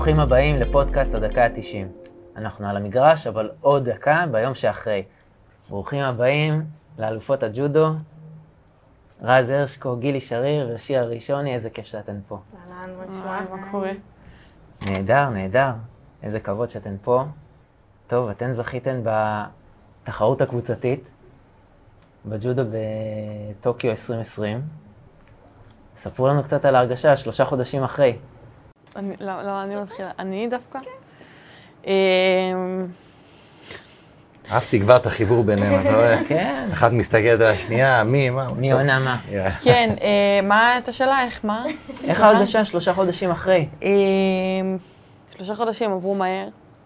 ברוכים הבאים לפודקאסט הדקה ה-90. אנחנו על המגרש, אבל עוד דקה ביום שאחרי. ברוכים הבאים לאלופות הג'ודו, רז הרשקו, גילי שריר ושיר ראשוני, איזה כיף שאתן פה. אהלן, מה קורה? נהדר. איזה כבוד שאתן פה. טוב, אתן זכיתן בתחרות הקבוצתית, בג'ודו בטוקיו 2020. ספרו לנו קצת על ההרגשה, 3 חודשים אחרי. אני מתחילה. אני דווקא? אהבתי כבר את החיבור ביניהם, אתה רואה? כן. אחת מסתכלת על השנייה, מי עונה מה? כן, מה את השאלה? מה? איך ההרגשה 3 חודשים אחרי? 3 חודשים עברו מהר.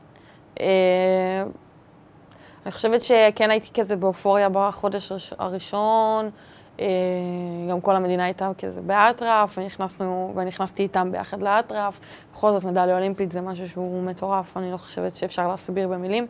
אני חושבת שכן הייתי כזה באופוריה בחודש הראשון, גם כל המדינה הייתה כזה באטרף, ונכנסתי איתם ביחד לאטרף. בכל זאת, מדליה אולימפית זה משהו שהוא מטורף, אני לא חושבת שאפשר להסביר במילים.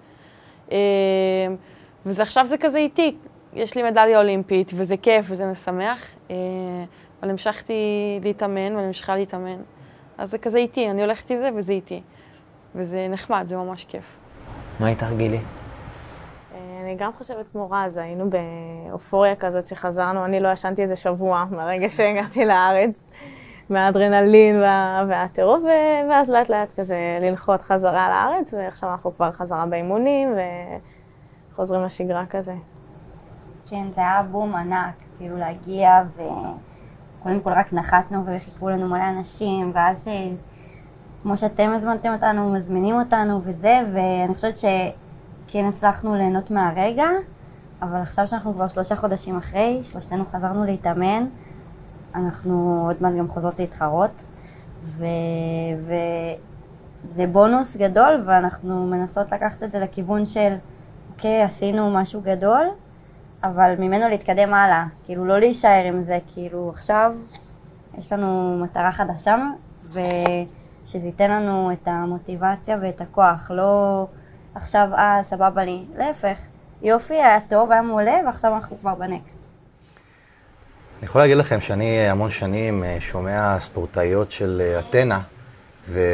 ועכשיו זה כזה איתי, יש לי מדליה אולימפית, וזה כיף וזה משמח, אבל המשכתי להתאמן, ואני ממשיכה להתאמן. אז זה כזה איתי, אני הולכת עם זה וזה איתי. וזה נחמד, זה ממש כיף. מה איתך, גילי? אני גם חושבת כמו רז, היינו באופוריה כזאת שחזרנו, אני לא ישנתי איזה שבוע מהרגע שהגעתי לארץ, מהאדרנלין והטירוף, ואז לאט לאט כזה ללחות חזרה לארץ, ועכשיו אנחנו כבר חזרה באימונים וחוזרים לשגרה כזה. כן, זה היה בום ענק, כאילו להגיע וקודם כל רק נחתנו וחיכו לנו מלא אנשים, ואז כמו שאתם הזמנתם אותנו, מזמינים אותנו וזה, ואני חושבת כן הצלחנו ליהנות מהרגע, אבל עכשיו שאנחנו כבר 3 חודשים אחרי, שלושתנו חזרנו להתאמן, אנחנו עוד מעט גם חוזרות להתחרות, וזה בונוס גדול, ואנחנו מנסות לקחת את זה לכיוון של, אוקיי, עשינו משהו גדול, אבל ממנו להתקדם הלאה, כאילו לא להישאר עם זה, כאילו עכשיו יש לנו מטרה חדשה, ושזה ייתן לנו את המוטיבציה ואת הכוח, לא עכשיו, סבבה לי, להפך, יופי, היה טוב, היה מעולה, ועכשיו אנחנו כבר בנקסט. אני יכול להגיד לכם שאני המון שנים שומע ספורטאיות של אתנה, ואני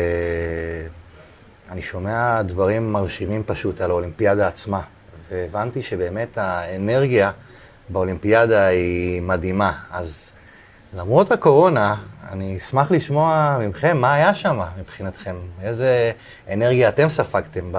שומע דברים מרשימים פשוט על האולימפיאדה עצמה, והבנתי שבאמת האנרגיה באולימפיאדה היא מדהימה. אז למרות הקורונה, אני אשמח לשמוע ממכם מה היה שם מבחינתכם, איזה אנרגיה אתם ספגתם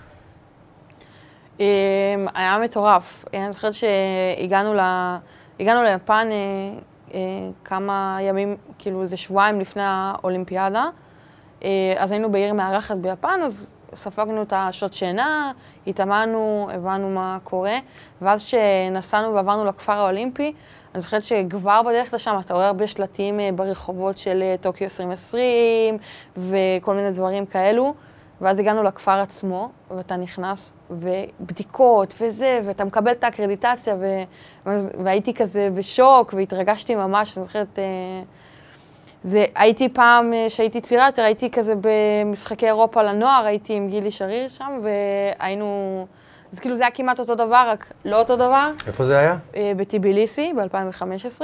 היה מטורף. אני זוכרת שהגענו ליפן כמה ימים, כאילו איזה שבועיים לפני האולימפיאדה. אז היינו בעיר מארחת ביפן, אז ספגנו את השעות שינה, התאמנו, הבנו מה קורה, ואז שנסענו ועברנו לכפר האולימפי, אני זוכרת שכבר בדרך לשם אתה רואה הרבה שלטים ברחובות של טוקיו 2020 וכל מיני דברים כאלו, ואז הגענו לכפר עצמו, ואתה נכנס, ובדיקות וזה, ואתה מקבל את האקרדיטציה, והייתי כזה בשוק, והתרגשתי ממש, אני זוכרת, הייתי פעם שהייתי צעירה, הייתי כזה במשחקי אירופה לנוער, הייתי עם גילי שריר שם, והיינו, אז כאילו זה היה כמעט אותו דבר, רק לא אותו דבר. איפה זה היה? בטיביליסי, ב-2015.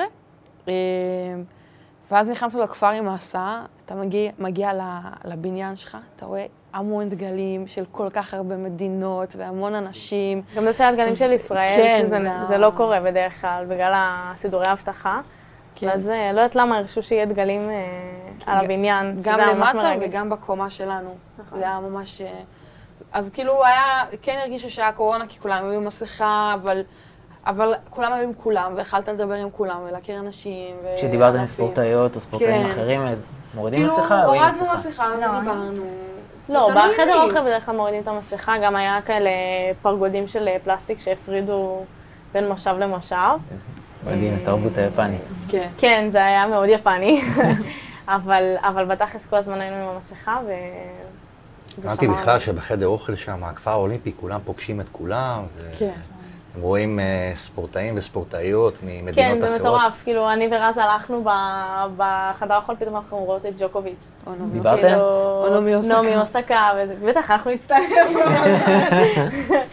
ואז נכנסנו לכפר עם ההסעה, אתה מגיע לבניין שלך, אתה רואה המון דגלים של כל כך הרבה מדינות והמון אנשים. גם זה שהיה דגלים של ישראל, כן, שזה לא קורה בדרך כלל, בגלל הסידורי האבטחה. כן. אז לא יודעת למה הרשו שיהיה דגלים על הבניין. גם למטה וגם בקומה שלנו. נכון. זה היה ממש... אז כאילו כן הרגישו שהיה קורונה, כי כולם היו עם מסכה, אבל כולם היו עם כולם, והחלת לדבר עם כולם, ולהכיר אנשים. כשדיברת עם ספורטאיות או ספורטאים אחרים, אז מורידים מסכה או עם מסכה? כאילו, הורדנו מסכה, דיברנו. לא, בחדר אוכל בדרך כלל מורידים את המסכה, גם היה כאלה פרגודים של פלסטיק שהפרידו בין מושב למושב. מדהים, התרבות היפנית. כן, זה היה מאוד יפני, אבל בתכלס כל הזמן היינו עם המסכה אמרתי בכלל שבחדר אוכל שם, הכפר האולימפי, כולם פוגשים את כולם. כן. אתם רואים ספורטאים וספורטאיות ממדינות אחרות. כן, זה מטורף. כאילו, אני ורז הלכנו בחדר האוכל, פתאום אנחנו רואות את ג'וקוביץ'. דיברתם? או נעמי אוסקה. נעמי אוסקה, בטח, אנחנו נצטרף.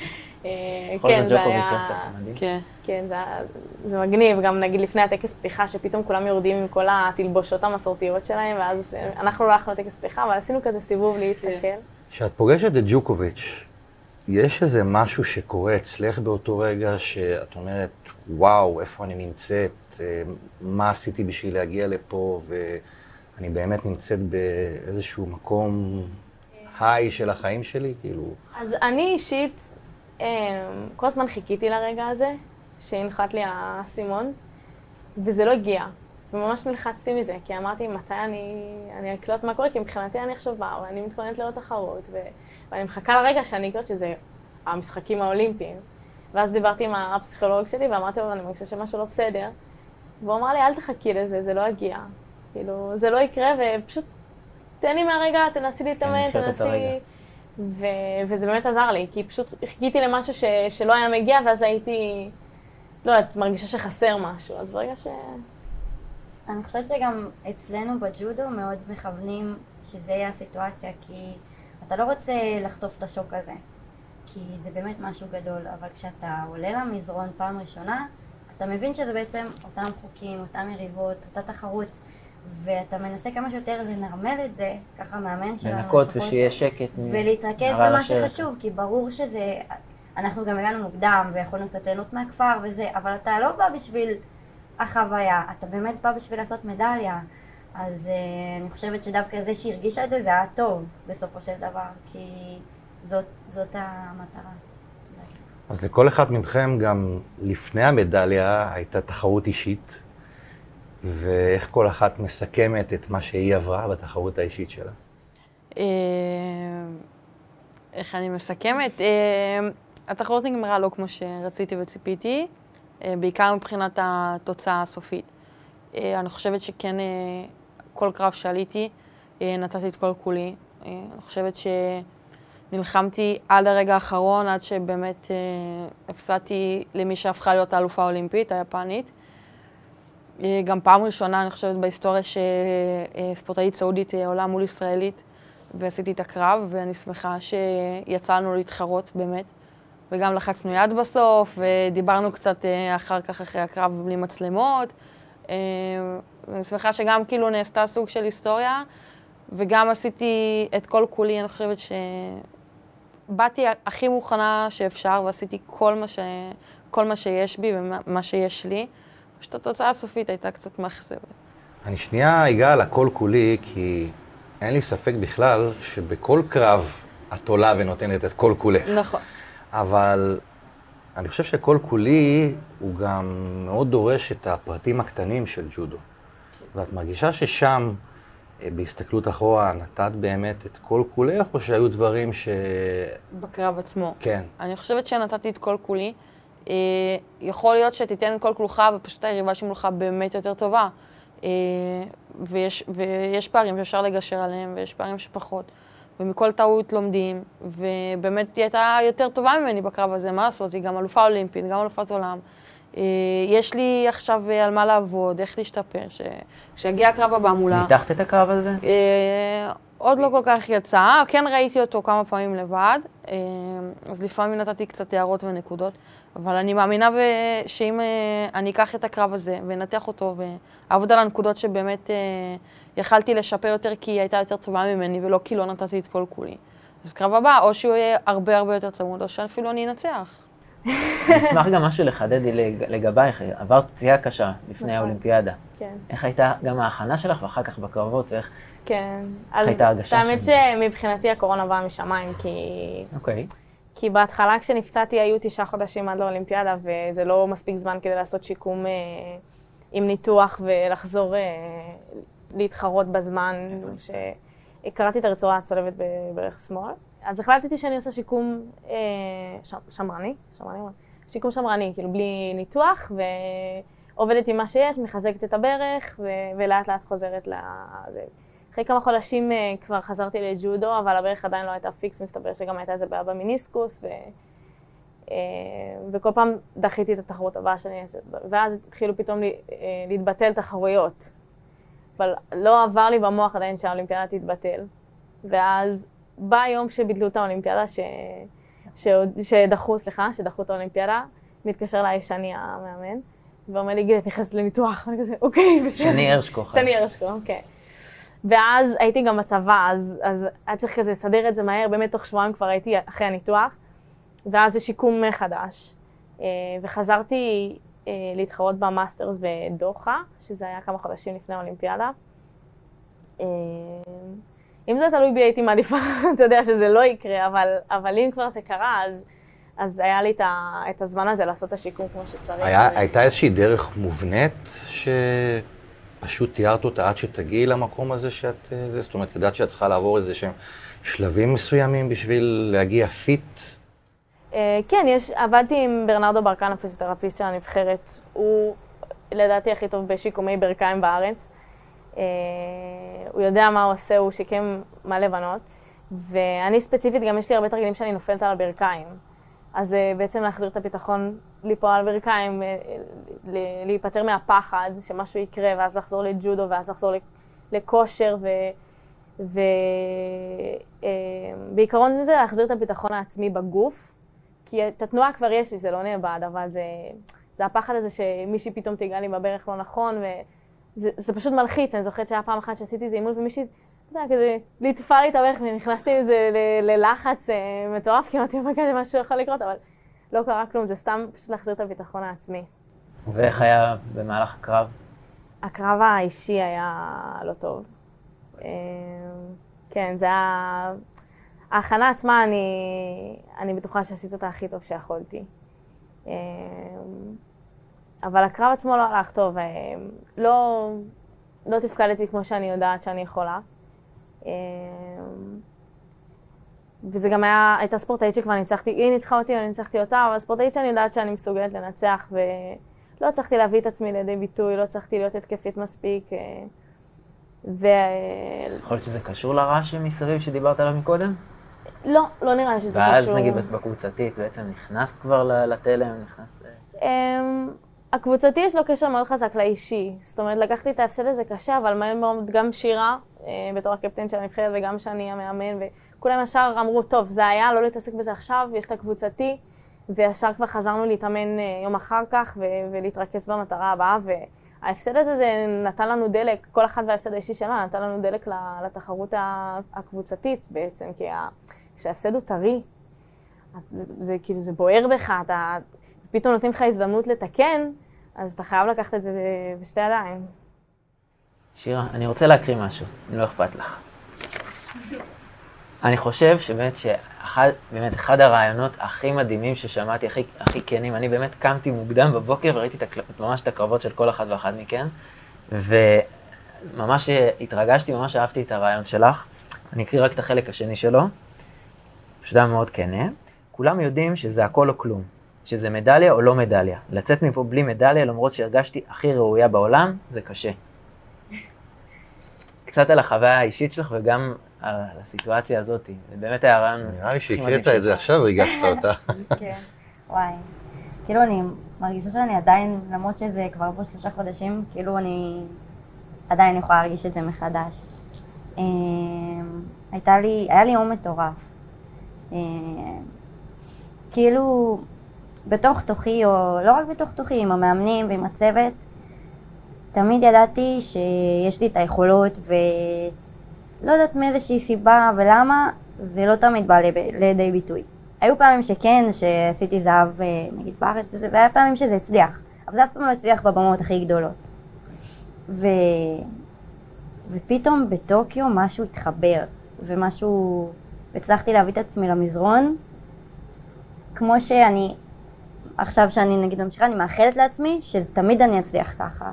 בכל זאת ג'וקוביץ' עשה, מדהים. כן. כן, זה מגניב, גם נגיד לפני הטקס פתיחה, שפתאום כולם יורדים עם כל התלבושות המסורתיות שלהם, ואז אנחנו לא הלכנו לטקס פתיחה, אבל עשינו כזה סיבוב להסתכל. כשאת פוגשת את ג'וקוביץ', יש איזה משהו שקורה אצלך באותו רגע, שאת אומרת, וואו, איפה אני נמצאת, מה עשיתי בשביל להגיע לפה, ואני באמת נמצאת באיזשהו מקום היי של החיים שלי, כאילו... אז אני אישית, כל הזמן חיכיתי לרגע הזה, שהנחת לי הסימון, וזה לא הגיע. וממש נלחצתי מזה, כי אמרתי, מתי אני אקלוט מה קורה, כי מבחינתי אני עכשיו באה, ואני מתכוננת לעוד תחרות, ואני מחכה לרגע שאני אקלוט שזה המשחקים האולימפיים. ואז דיברתי עם הפסיכולוג שלי, ואמרתי לו, אני מרגישה שמשהו לא בסדר. והוא אמר לי, אל תחכי לזה, זה לא יגיע. כאילו, זה לא יקרה, ופשוט תן לי מהרגע, תנסי להתאמן, תנסי... וזה באמת עזר לי, כי פשוט חיכיתי למשהו שלא היה מגיע, ואז הייתי, לא יודעת, מרגישה שחסר משהו. אז ברגע אני חושבת שגם אצלנו בג'ודו מאוד מכוונים שזה יהיה הסיטואציה, כי אתה לא רוצה לחטוף את השוק הזה, כי זה באמת משהו גדול, אבל כשאתה עולה למזרון פעם ראשונה, אתה מבין שזה בעצם אותם חוקים, אותם יריבות, אותה תחרות, ואתה מנסה כמה שיותר לנרמל את זה, ככה מאמן שלנו. לנקות ושיהיה שקט. ולהתרכז במה שחשוב, כי ברור שזה, אנחנו גם הגענו מוקדם ויכולנו קצת ליהנות מהכפר וזה, אבל אתה לא בא בשביל החוויה, אתה באמת בא בשביל לעשות מדליה. אז אני חושבת שדווקא זה שהרגישה את זה, זה היה טוב בסופו של דבר, כי זאת המטרה. אז לכל אחד מכם גם לפני המדליה הייתה תחרות אישית, ואיך כל אחת מסכמת את מה שהיא עברה בתחרות האישית שלה? איך אני מסכמת? התחרות נגמרה לא כמו שרציתי וציפיתי, בעיקר מבחינת התוצאה הסופית. אני חושבת שכן, כל קרב שעליתי, נתתי את כל כולי. אני חושבת שנלחמתי עד הרגע האחרון, עד שבאמת הפסדתי למי שהפכה להיות האלופה האולימפית, היפנית. גם פעם ראשונה, אני חושבת, בהיסטוריה שספורטאית סעודית עולה מול ישראלית, ועשיתי את הקרב, ואני שמחה שיצא לנו להתחרות באמת. וגם לחצנו יד בסוף, ודיברנו קצת אחר כך, אחרי הקרב, בלי מצלמות. אני שמחה שגם כאילו נעשתה סוג של היסטוריה, וגם עשיתי את כל כולי, אני חושבת שבאתי הכי מוכנה שאפשר, ועשיתי כל מה שיש בי ומה שיש לי. פשוט התוצאה הסופית הייתה קצת מאכזבת. אני שנייה אגע לכל כולי, כי אין לי ספק בכלל שבכל קרב את עולה ונותנת את כל כולך. נכון. אבל אני חושב שכל כולי הוא גם מאוד דורש את הפרטים הקטנים של ג'ודו. ואת מרגישה ששם, בהסתכלות אחורה, נתת באמת את כל כולך, או שהיו דברים בקרב עצמו. כן. אני חושבת שנתתי את כל כולי. יכול להיות שתיתן את כל כולך, ופשוט היריבה שמולך באמת יותר טובה. ויש פערים שאפשר לגשר עליהם, ויש פערים שפחות. ומכל טעות לומדים, ובאמת היא הייתה יותר טובה ממני בקרב הזה, מה לעשות? היא גם אלופה אולימפית, גם אלופת עולם. יש לי עכשיו על מה לעבוד, איך להשתפר, כשיגיע הקרב הבא מולה. ניתחת את הקרב הזה? עוד לא כל כך יצא, כן ראיתי אותו כמה פעמים לבד, אז לפעמים נתתי קצת הערות ונקודות, אבל אני מאמינה שאם אני אקח את הקרב הזה ונתח אותו ואעבוד על הנקודות שבאמת יכלתי לשפר יותר כי היא הייתה יותר טובה ממני ולא כי לא נתתי את כל כולי. אז קרב הבא, או שהוא יהיה הרבה הרבה יותר צמוד, או שאפילו אני אנצח. אני אשמח גם משהו לחדד לגבייך, עברת פציעה קשה לפני האולימפיאדה. כן. איך הייתה גם ההכנה שלך ואחר כך בקרבות, ואיך כן. הייתה הרגשה? האמת שמבחינתי הקורונה באה משמיים, אוקיי. כי בהתחלה כשנפצעתי היו 9 חודשים עד לאולימפיאדה, וזה לא מספיק זמן כדי לעשות שיקום עם ניתוח ולחזור להתחרות בזמן. קראתי את הרצועה הצולבת בברך שמאל. אז החלטתי שאני עושה שיקום שמרני, שיקום שמרני, כאילו בלי ניתוח, ועובדת עם מה שיש, מחזקת את הברך, ולאט לאט חוזרת לזה. אחרי כמה חודשים כבר חזרתי לג'ודו, אבל הברך עדיין לא הייתה פיקס, מסתבר שגם הייתה איזה בעיה במיניסקוס, וכל פעם דחיתי את התחרות הבאה שאני אעשה. ואז התחילו פתאום להתבטל תחרויות. אבל לא עבר לי במוח עדיין שהאולימפיאדה תתבטל. ואז בא היום שביטלו את האולימפיאדה, שדחו את האולימפיאדה, מתקשר אליי שני המאמן, ואומר לי, גיל, את נכנסת לניתוח, ואני כזה, אוקיי, בסדר. שני הרשקו. שני הרשקו, כן. ואז הייתי גם בצבא, אז היה צריך כזה לסדר את זה מהר, באמת תוך שבועיים כבר הייתי אחרי הניתוח, ואז זה שיקום חדש. וחזרתי להתחרות במאסטרס בדוחה, שזה היה כמה חודשים לפני האולימפיאדה. אם זה תלוי בי הייתי מעדיפה, אתה יודע שזה לא יקרה, אבל אם כבר זה קרה, אז היה לי את הזמן הזה לעשות את השיקום כמו שצריך. הייתה איזושהי דרך מובנית שפשוט תיארת אותה עד שתגיעי למקום הזה שאת... זאת אומרת, ידעת שאת צריכה לעבור איזה שהם שלבים מסוימים בשביל להגיע פיט? כן, עבדתי עם ברנרדו ברקן, הפיזיותרפיסט של הנבחרת. הוא לדעתי הכי טוב בשיקומי ברכיים בארץ. הוא יודע מה הוא עושה, הוא שיקם מלא בנות. ואני ספציפית, גם יש לי הרבה תרגילים שאני נופלת על הברכיים. אז בעצם להחזיר את הביטחון, ליפול על ברכיים, להיפטר מהפחד שמשהו יקרה, ואז לחזור לג'ודו, ואז לחזור לכושר, בעיקרון זה להחזיר את הביטחון העצמי בגוף, כי את התנועה כבר יש לי, זה לא נאבד, אבל זה הפחד הזה שמישהי פתאום תיגע לי בברך לא נכון, וזה פשוט מלחיץ. אני זוכרת שהיה פעם אחת שעשיתי איזה אימון, ומישהי, אתה יודע, כזה, ליטפה לי את הברך, ונכנסתי עם זה ללחץ מטורף, כי אמרתי, מה כזה, משהו יכול לקרות, אבל לא קרה כלום, זה סתם פשוט להחזיר את הביטחון העצמי. ואיך היה במהלך הקרב? הקרב האישי היה לא טוב. כן, זה היה... ההכנה עצמה, אני בטוחה שעשיתי אותה הכי טוב שיכולתי. אבל הקרב עצמו לא הלך טוב. לא תפקדתי כמו שאני יודעת שאני יכולה. וזה גם הייתה ספורטאית שכבר ניצחתי, היא ניצחה אותי ואני ניצחתי אותה, אבל ספורטאית שאני יודעת שאני מסוגלת לנצח, ולא הצלחתי להביא את עצמי לידי ביטוי, לא הצלחתי להיות התקפית מספיק. יכול להיות שזה קשור לרעש מסביב שדיברת עליו מקודם? לא, לא נראה שזה קשור. ואז נגיד בקבוצתית בעצם נכנסת כבר לתלם, נכנסת... הקבוצתי יש לו קשר מאוד חזק לאישי. זאת אומרת, לקחתי את ההפסד הזה קשה, אבל מהר מאוד גם שירה, בתור הקפטן של הנבחרת, וגם שאני המאמן, וכולם ישר אמרו, טוב, זה היה, לא להתעסק בזה עכשיו, יש את הקבוצתי, וישר כבר חזרנו להתאמן יום אחר כך, ולהתרכז במטרה הבאה, וההפסד הזה זה נתן לנו דלק, כל אחד וההפסד האישי שלה, נתן לנו דלק לתחרות הקבוצתית בעצם, כי כשההפסד הוא טרי, זה כאילו, זה בוער בך, אתה פתאום נותנים לך הזדמנות לתקן, אז אתה חייב לקחת את זה בשתי ידיים. שירה, אני רוצה להקריא משהו, אם לא אכפת לך. אני חושב שבאמת אחד הרעיונות הכי מדהימים ששמעתי, הכי כנים, אני באמת קמתי מוקדם בבוקר וראיתי ממש את הקרבות של כל אחד ואחד מכן, וממש התרגשתי, ממש אהבתי את הרעיון שלך. אני אקריא רק את החלק השני שלו, פשוט היה מאוד כנה. כולם יודעים שזה הכל או כלום, שזה מדליה או לא מדליה. לצאת מפה בלי מדליה, למרות שהרגשתי הכי ראויה בעולם, זה קשה. קצת על החוויה האישית שלך וגם על הסיטואציה הזאת. זה באמת היה רעיון... נראה לי שהקראת את זה עכשיו והרגשת אותה. כן, וואי. כאילו אני מרגישה שאני עדיין, למרות שזה כבר פה 3 חודשים, כאילו אני עדיין יכולה להרגיש את זה מחדש. היה לי יום מטורף. כאילו בתוך תוכי, או לא רק בתוך תוכי, עם המאמנים ועם הצוות, תמיד ידעתי שיש לי את היכולות, ולא יודעת מאיזושהי סיבה ולמה, זה לא תמיד בא לידי ביטוי. היו פעמים שכן, שעשיתי זהב נגיד בארץ וזה, והיה פעמים שזה הצליח, אבל זה אף פעם לא הצליח בבמות הכי גדולות. ופתאום בטוקיו משהו התחבר, ומשהו, הצלחתי להביא את עצמי למזרון, כמו שאני, עכשיו שאני נגיד ממשיכה, אני מאחלת לעצמי שתמיד אני אצליח ככה.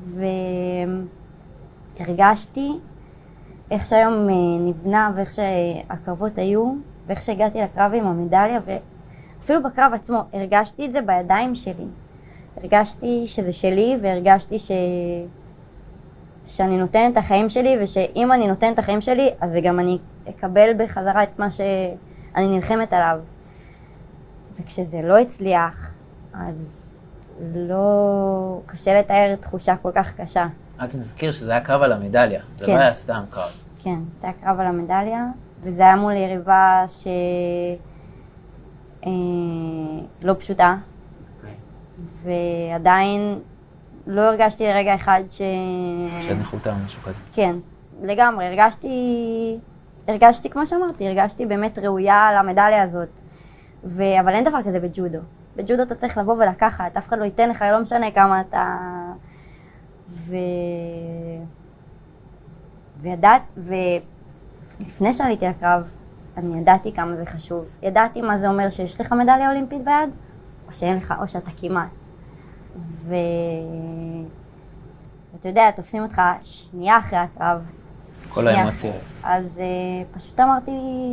והרגשתי איך שהיום נבנה ואיך שהקרבות היו, ואיך שהגעתי לקרב עם המדליה, ואפילו בקרב עצמו הרגשתי את זה בידיים שלי. הרגשתי שזה שלי, והרגשתי שאני נותנת את החיים שלי, ושאם אני נותנת את החיים שלי, אז זה גם אני אקבל בחזרה את מה שאני נלחמת עליו. וכשזה לא הצליח, אז לא קשה לתאר תחושה כל כך קשה. רק נזכיר שזה היה קרב על המדליה, זה לא היה סתם קרב. כן, זה היה קרב על המדליה, וזה היה מול יריבה לא פשוטה, ועדיין לא הרגשתי לרגע אחד שאת נחותה או משהו כזה. כן, לגמרי, הרגשתי כמו שאמרתי, הרגשתי באמת ראויה למדליה הזאת. אבל אין דבר כזה בג'ודו. בג'ודו אתה צריך לבוא ולקחת, אף אחד לא ייתן לך, לא משנה כמה אתה... ולפני שעליתי לקרב, אני ידעתי כמה זה חשוב. ידעתי מה זה אומר שיש לך מדליה אולימפית ביד, או שאין לך, או שאתה כמעט. ואתה יודע, תופסים אותך שנייה אחרי הקרב. כל האמוציות. אז פשוט אמרתי,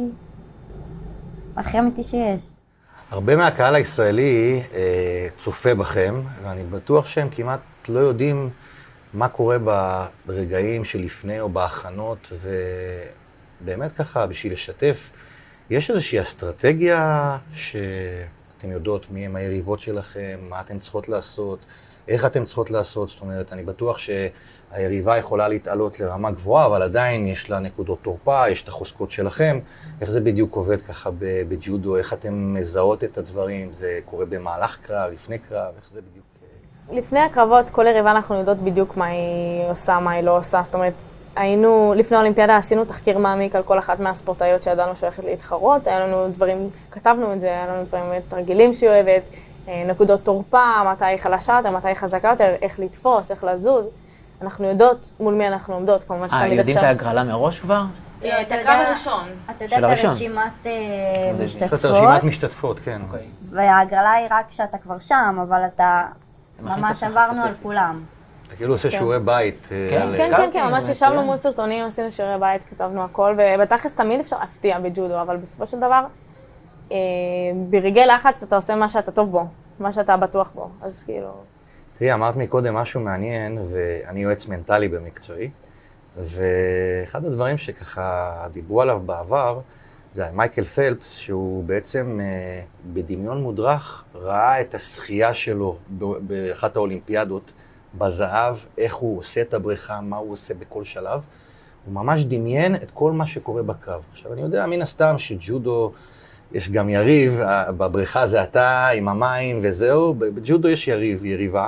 הכי אמיתי שיש. הרבה מהקהל הישראלי צופה בכם, ואני בטוח שהם כמעט לא יודעים מה קורה ברגעים שלפני או בהכנות, ובאמת ככה, בשביל לשתף, יש איזושהי אסטרטגיה שאתם יודעות מי הם היריבות שלכם, מה אתן צריכות לעשות, איך אתן צריכות לעשות, זאת אומרת, אני בטוח שהיריבה יכולה להתעלות לרמה גבוהה, אבל עדיין יש לה נקודות תורפה, יש את החוזקות שלכם. איך זה בדיוק עובד ככה בג'ודו? איך אתן מזהות את הדברים? זה קורה במהלך קרב, לפני קרב? איך זה בדיוק? לפני הקרבות, כל יריבה אנחנו יודעות בדיוק מה היא עושה, מה היא לא עושה. זאת אומרת, לפני האולימפיאדה עשינו תחקיר מעמיק על כל אחת מהספורטאיות שידענו שהולכת להתחרות. היה לנו דברים, כתבנו את זה, היה לנו דברים, תרגילים שהיא אוהבת, נקודות תורפה, מתי היא חלשה יותר, מתי היא חזקה יותר, איך לתפוס, איך לזוז. אנחנו יודעות מול מי אנחנו עומדות, כמובן שתמיד אפשר. יודעים את ההגרלה מראש כבר? את הקרב הראשון. אתה יודע את הרשימת משתתפות. את הרשימת משתתפות, כן. וההגרלה היא רק כשאתה כבר שם, אבל אתה ממש עברנו על כולם. אתה כאילו עושה שיעורי בית. כן, ממש ישבנו מול סרטונים, עשינו שיעורי בית, כתבנו הכל, ובתכלס תמיד אפשר להפתיע בג'ודו, אבל בסופו של דבר, ברגעי לחץ אתה עושה מה שאתה טוב בו, מה שאתה בטוח בו, אז כאילו... תראי, אמרת מקודם משהו מעניין, ואני יועץ מנטלי במקצועי, ואחד הדברים שככה דיברו עליו בעבר, זה מייקל פלפס, שהוא בעצם בדמיון מודרך ראה את השחייה שלו באחת האולימפיאדות בזהב, איך הוא עושה את הבריכה, מה הוא עושה בכל שלב. הוא ממש דמיין את כל מה שקורה בקרב. עכשיו, אני יודע מן הסתם שג'ודו, יש גם יריב, בבריכה זה אתה עם המים וזהו, בג'ודו יש יריב, יריבה,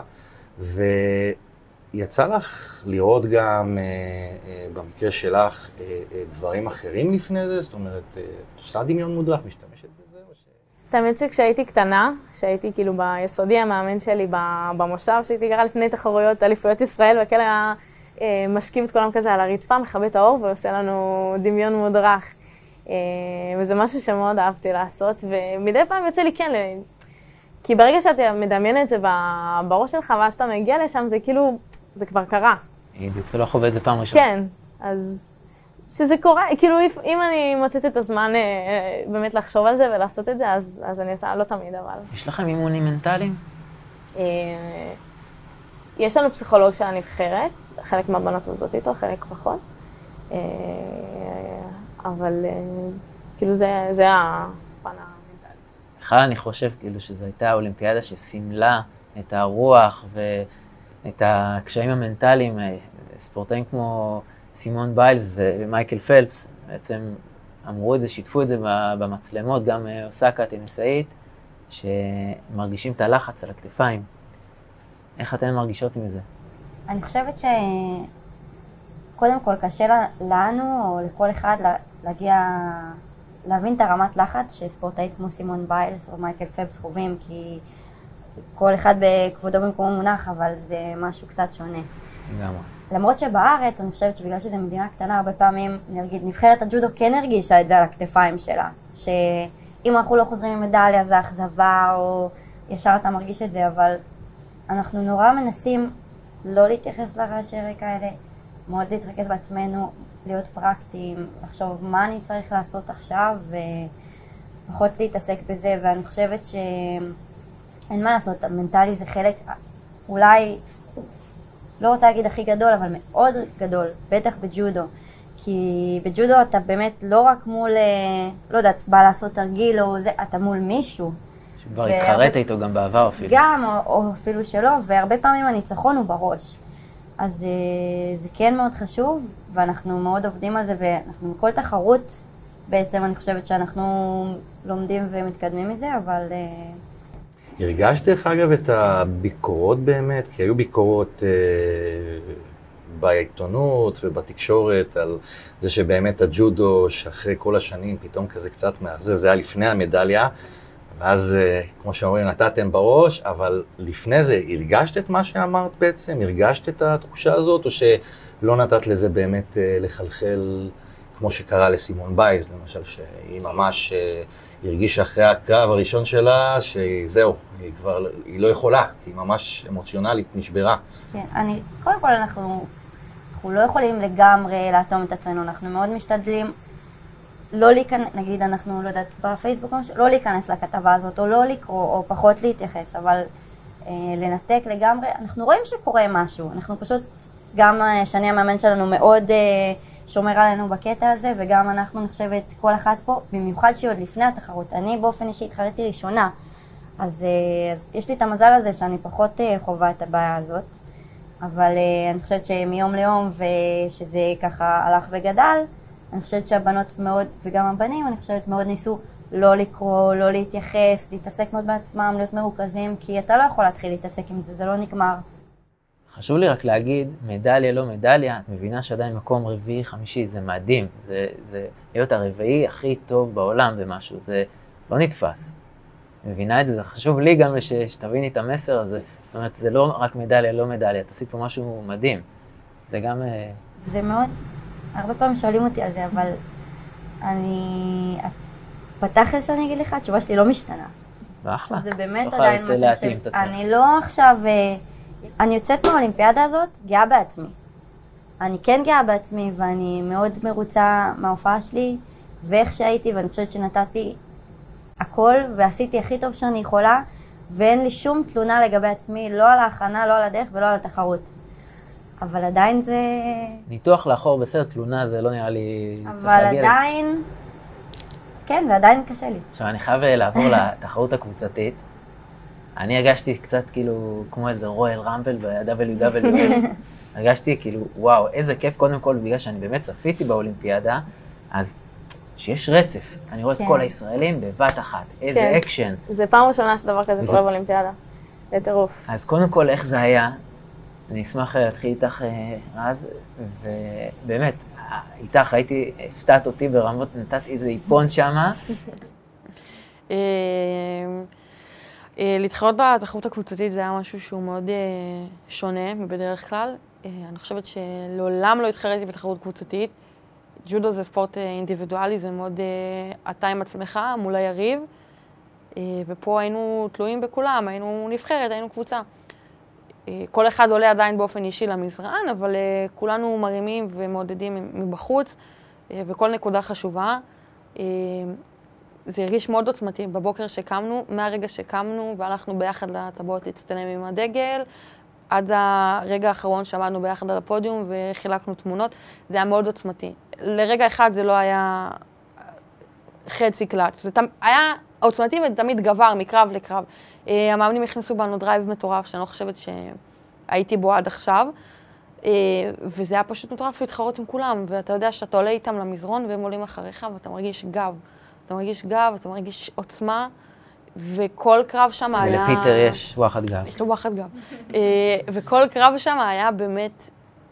ויצא לך לראות גם במקרה שלך דברים אחרים לפני זה? זאת אומרת, את עושה דמיון מודרך, משתמשת בזה? תמיד שכשהייתי קטנה, שהייתי כאילו ביסודי המאמן שלי במושב, שהייתי גרה לפני תחרויות אליפויות ישראל, וכאלה משכיב את כולם כזה על הרצפה, מכבה את האור ועושה לנו דמיון מודרך. וזה משהו שמאוד אהבתי לעשות, ומדי פעם יוצא לי כן, כי ברגע שאתה מדמיין את זה בראש שלך, ואז אתה מגיע לשם, זה כאילו, זה כבר קרה. בדיוק, אתה לא חווה את זה פעם ראשונה. כן, אז שזה קורה, כאילו אם אני מוצאת את הזמן באמת לחשוב על זה ולעשות את זה, אז אני עושה, לא תמיד, אבל... יש לכם אימונים מנטליים? יש לנו פסיכולוג של הנבחרת, חלק מהבנות עובדות איתו, חלק פחות. אבל כאילו זה הפן המנטלי. בכלל אני חושב כאילו שזו הייתה האולימפיאדה שסימלה את הרוח ואת הקשיים המנטליים. ספורטאים כמו סימון ביילס ומייקל פלפס בעצם אמרו את זה, שיתפו את זה במצלמות, גם אוסקה הטניסאית, שמרגישים את הלחץ על הכתפיים. איך אתן מרגישות עם זה? אני חושבת שקודם כל קשה לנו או לכל אחד להבין את הרמת לחץ שספורטאית כמו סימון ביילס או מייקל פלפס חווים, כי כל אחד בכבודו במקומו מונח, אבל זה משהו קצת שונה. לגמרי. למרות שבארץ, אני חושבת שבגלל שזו מדינה קטנה, הרבה פעמים, נגיד, נבחרת הג'ודו כן הרגישה את זה על הכתפיים שלה. שאם אנחנו לא חוזרים עם מדליה, זה אכזבה, או ישר אתה מרגיש את זה, אבל אנחנו נורא מנסים לא להתייחס לרעשי רקע האלה, מאוד להתרכז בעצמנו, להיות פרקטיים, לחשוב מה אני צריך לעשות עכשיו, ופחות להתעסק בזה, ואני חושבת שאין מה לעשות, המנטלי זה חלק, אולי, לא רוצה להגיד הכי גדול, אבל מאוד גדול, בטח בג'ודו. כי בג'ודו אתה באמת לא רק מול, לא יודעת, בא לעשות תרגיל או זה, אתה מול מישהו. שכבר התחרט איתו גם בעבר אפילו. גם, או אפילו שלא, והרבה פעמים הניצחון הוא בראש. אז זה כן מאוד חשוב, ואנחנו מאוד עובדים על זה, ואנחנו מכל תחרות בעצם אני חושבת שאנחנו לומדים ומתקדמים מזה, אבל... הרגשת דרך אגב את הביקורות באמת? כי היו ביקורות בעיתונות ובתקשורת על זה שבאמת הג'ודו שאחרי כל השנים פתאום כזה קצת מאכזב, זה היה לפני המדליה, ואז כמו שאומרים נתתם בראש, אבל לפני זה הרגשת את מה שאמרת בעצם? הרגשת את התחושה הזאת או שלא נתת לזה באמת לחלחל כמו שקרה לסימון בייז למשל, שהיא ממש הרגישה אחרי הקרב הראשון שלה שזהו, היא לא יכולה, היא ממש אמוציונלית נשברה. כן, קודם כל אנחנו לא יכולים לגמרי לאטום את עצמנו, אנחנו מאוד משתדלים לא להיכנס, נגיד אנחנו, לא יודעת, בפייסבוק, לא להיכנס לכתבה הזאת, או לא לקרוא, או פחות להתייחס, אבל לנתק לגמרי, אנחנו רואים שקורה משהו, אנחנו פשוט, גם שני המאמן שלנו מאוד שומר עלינו בקטע הזה, וגם אנחנו נחשבת כל אחת פה, במיוחד שהיא עוד לפני התחרות, אני באופן אישי התחרתי ראשונה, אז יש לי את המזל הזה שאני פחות חובה את הבעיה הזאת, אבל אני חושבת שמיום ליום ושזה ככה הלך וגדל, אני חושבת שהבנות מאוד, וגם הבנים, אני חושבת מאוד ניסו לא לקרוא, לא להתייחס, להתעסק מאוד בעצמם, להיות מרוכזים, כי אתה לא יכול להתחיל להתעסק עם זה, זה לא נגמר. חשוב לי רק להגיד, מדליה לא מדליה, את מבינה שעדיין מקום רביעי, חמישי, זה מדהים. זה להיות הרביעי הכי טוב בעולם במשהו, זה לא נתפס. מבינה את זה, זה חשוב לי גם שתביני את המסר הזה. זאת אומרת, זה לא רק מדליה, לא מדליה, את עשית פה משהו מדהים. זה גם... זה מאוד... הרבה פעמים שואלים אותי על זה, אבל בתכלס אני אגיד לך, התשובה שלי לא משתנה. ואחלה. זה באמת לא עדיין חייבת להתאים את עצמך. אני לא עכשיו... אני יוצאת מהאולימפיאדה הזאת, גאה בעצמי. אני כן גאה בעצמי, ואני מאוד מרוצה מההופעה שלי, ואיך שהייתי, ואני חושבת שנתתי הכל, ועשיתי הכי טוב שאני יכולה, ואין לי שום תלונה לגבי עצמי, לא על ההכנה, לא על הדרך ולא על התחרות. אבל עדיין זה... ניתוח לאחור בסרט תלונה זה לא נראה לי... אבל עדיין... כן, זה עדיין קשה לי. עכשיו, אני חייב לעבור לתחרות הקבוצתית. אני הרגשתי קצת כאילו כמו איזה רויאל רמבל ב-WW. הרגשתי כאילו, וואו, איזה כיף קודם כל, בגלל שאני באמת צפיתי באולימפיאדה, אז שיש רצף. אני רואה את כל הישראלים בבת אחת. איזה אקשן. זה פעם ראשונה שדבר כזה קורה באולימפיאדה. לטירוף. אז קודם כל, איך זה היה? אני אשמח להתחיל איתך אז, ובאמת, איתך הייתי, הפתעת אותי ברמות, נתת איזה איפון שמה. להתחרות בתחרות הקבוצתית זה היה משהו שהוא מאוד שונה מבדרך כלל. אני חושבת שלעולם לא התחרתי בתחרות קבוצתית. ג'ודו זה ספורט אינדיבידואלי, זה מאוד אתה עם עצמך מול היריב, ופה היינו תלויים בכולם, היינו נבחרת, היינו קבוצה. כל אחד עולה עדיין באופן אישי למזרן, אבל כולנו מרימים ומעודדים מבחוץ, וכל נקודה חשובה. זה הרגיש מאוד עוצמתי בבוקר שקמנו, מהרגע שקמנו והלכנו ביחד לטבעות להצטלם עם הדגל, עד הרגע האחרון שעמדנו ביחד על הפודיום וחילקנו תמונות, זה היה מאוד עוצמתי. לרגע אחד זה לא היה חצי קלאץ', זה היה עוצמתי ותמיד גבר מקרב לקרב. המאמנים הכניסו בנו דרייב מטורף, שאני לא חושבת שהייתי בו עד עכשיו, וזה היה פשוט מטורף להתחרות עם כולם, ואתה יודע שאתה עולה איתם למזרון והם עולים אחריך ואתה מרגיש גב. אתה מרגיש גב, אתה מרגיש עוצמה, וכל קרב שם היה... ולפיטר יש וואחד גב. יש לו וואחד גב. וכל קרב שם היה באמת...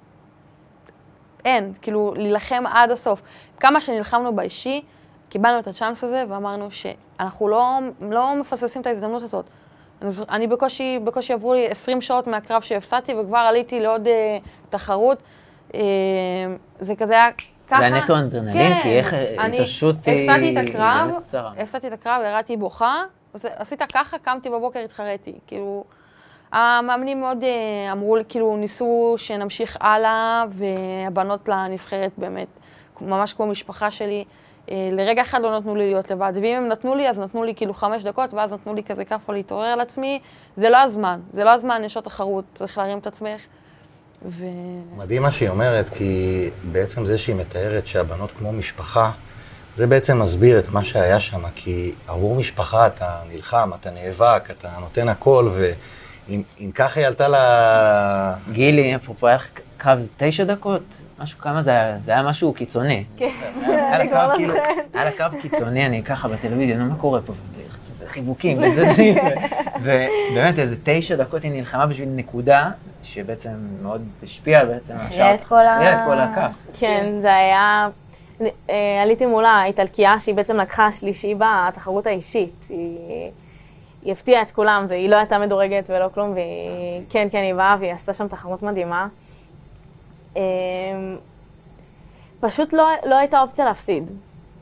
אין, כאילו, להילחם עד הסוף. כמה שנלחמנו באישי, קיבלנו את הצ'אנס הזה, ואמרנו שאנחנו לא מפססים את ההזדמנות הזאת. אני בקושי עברו לי 20 שעות מהקרב שהפסדתי, וכבר עליתי לעוד תחרות. זה כזה היה... זה היה נטו אנדרנלין, כי איך התאוששות היא... הפסדתי את הקרב, ירדתי בוכה, עשית ככה, קמתי בבוקר, התחרתי. כאילו, המאמנים מאוד אמרו לי, כאילו, ניסו שנמשיך הלאה, והבנות לנבחרת באמת, ממש כמו משפחה שלי, לרגע אחד לא נתנו לי להיות לבד, ואם הם נתנו לי, אז נתנו לי כאילו 5 דקות, ואז נתנו לי כזה כפה להתעורר על עצמי. זה לא הזמן, יש עוד תחרות, צריך להרים את עצמך. מדהים מה שהיא אומרת, כי בעצם זה שהיא מתארת שהבנות כמו משפחה, זה בעצם מסביר את מה שהיה שם, כי עבור משפחה אתה נלחם, אתה נאבק, אתה נותן הכל, ואם ככה היא עלתה גילי, אפרופו היה קרב 9 דקות, משהו כמה זה היה משהו קיצוני. כן, היה אני כבר לא כאילו, זוכרת. היה לה קו קיצוני, אני ככה בטלוויזיה, נו, מה קורה פה? זה חיבוקים, ובאמת איזה 9 דקות היא נלחמה בשביל נקודה, שבעצם מאוד השפיעה בעצם על השאר. הכריעה את כל הכף. כן, זה היה... עליתי מול האיטלקייה שהיא בעצם לקחה שלישי בתחרות האישית. היא הפתיעה את כולם, היא לא הייתה מדורגת ולא כלום, והיא כן, היא באה והיא עשתה שם תחרות מדהימה. פשוט לא הייתה אופציה להפסיד.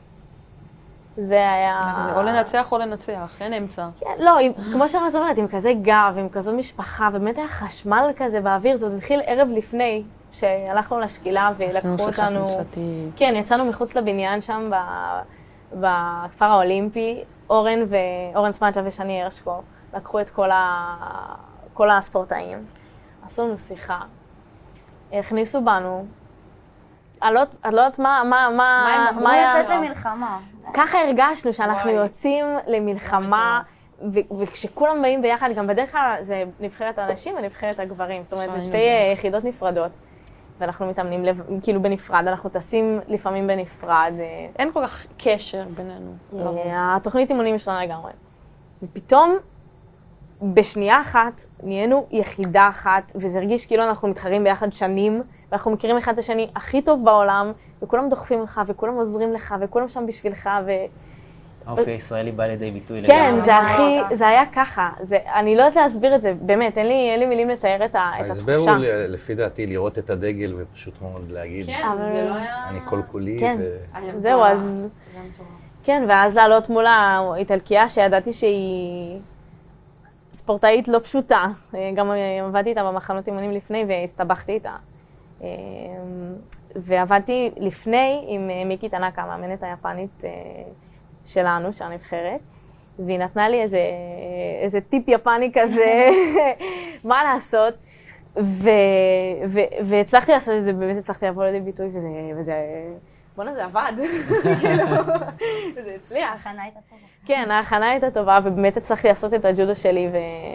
זה היה... או לנצח או לנצח, אין אמצע. כן, לא, כמו שרז אומרת, עם כזה גב, עם כזו משפחה, ובאמת היה חשמל כזה באוויר, זאת התחיל ערב לפני, שהלכנו לשקילה ולקחו אותנו... כן, יצאנו מחוץ לבניין שם, בכפר האולימפי, אורן סמאצ'ה ושני הרשקו, לקחו את כל הספורטאים, עשו לנו שיחה, הכניסו בנו, אני לא יודעת מה היה... לצאת למלחמה. ככה הרגשנו שאנחנו יוצאים למלחמה, וכשכולם באים ביחד, גם בדרך כלל זה נבחרת הנשים ונבחרת הגברים, זאת אומרת, זה שתי יחידות נפרדות, ואנחנו מתאמנים כאילו בנפרד, אנחנו טסים לפעמים בנפרד. אין כל כך קשר בינינו. התוכנית אימונים משתנה לגמרי. ופתאום, בשנייה אחת, נהיינו יחידה אחת, וזה הרגיש כאילו אנחנו מתחרים ביחד שנים, ואנחנו מכירים אחד את השני הכי טוב בעולם, וכולם דוחפים לך, וכולם עוזרים לך, וכולם שם בשבילך, האופי הישראלי בא לידי ביטוי לגמרי. כן, זה היה ככה. אני לא יודעת להסביר את זה, באמת, אין לי מילים לתאר את התחושה. ההסבר הוא, לפי דעתי, לראות את הדגל ופשוט מאוד להגיד, כן, זה לא היה... אני כל כולי. כן, זהו, אז... כן, ואז לעלות מול האיטלקייה, שידעתי שהיא ספורטאית לא פשוטה. גם עבדתי איתה במחנות אימונים לפני והסתבכתי איתה. ועבדתי לפני עם מיקי טנקה, המאמנת היפנית שלנו, של הנבחרת, והיא נתנה לי איזה טיפ יפני כזה, מה לעשות, והצלחתי לעשות את זה, באמת הצלחתי לבוא לידי ביטוי, וזה, בוא'נה, זה עבד, וזה הצליח. ההכנה הייתה טובה. כן, ההכנה הייתה טובה, ובאמת הצלחתי לעשות את הג'ודו שלי,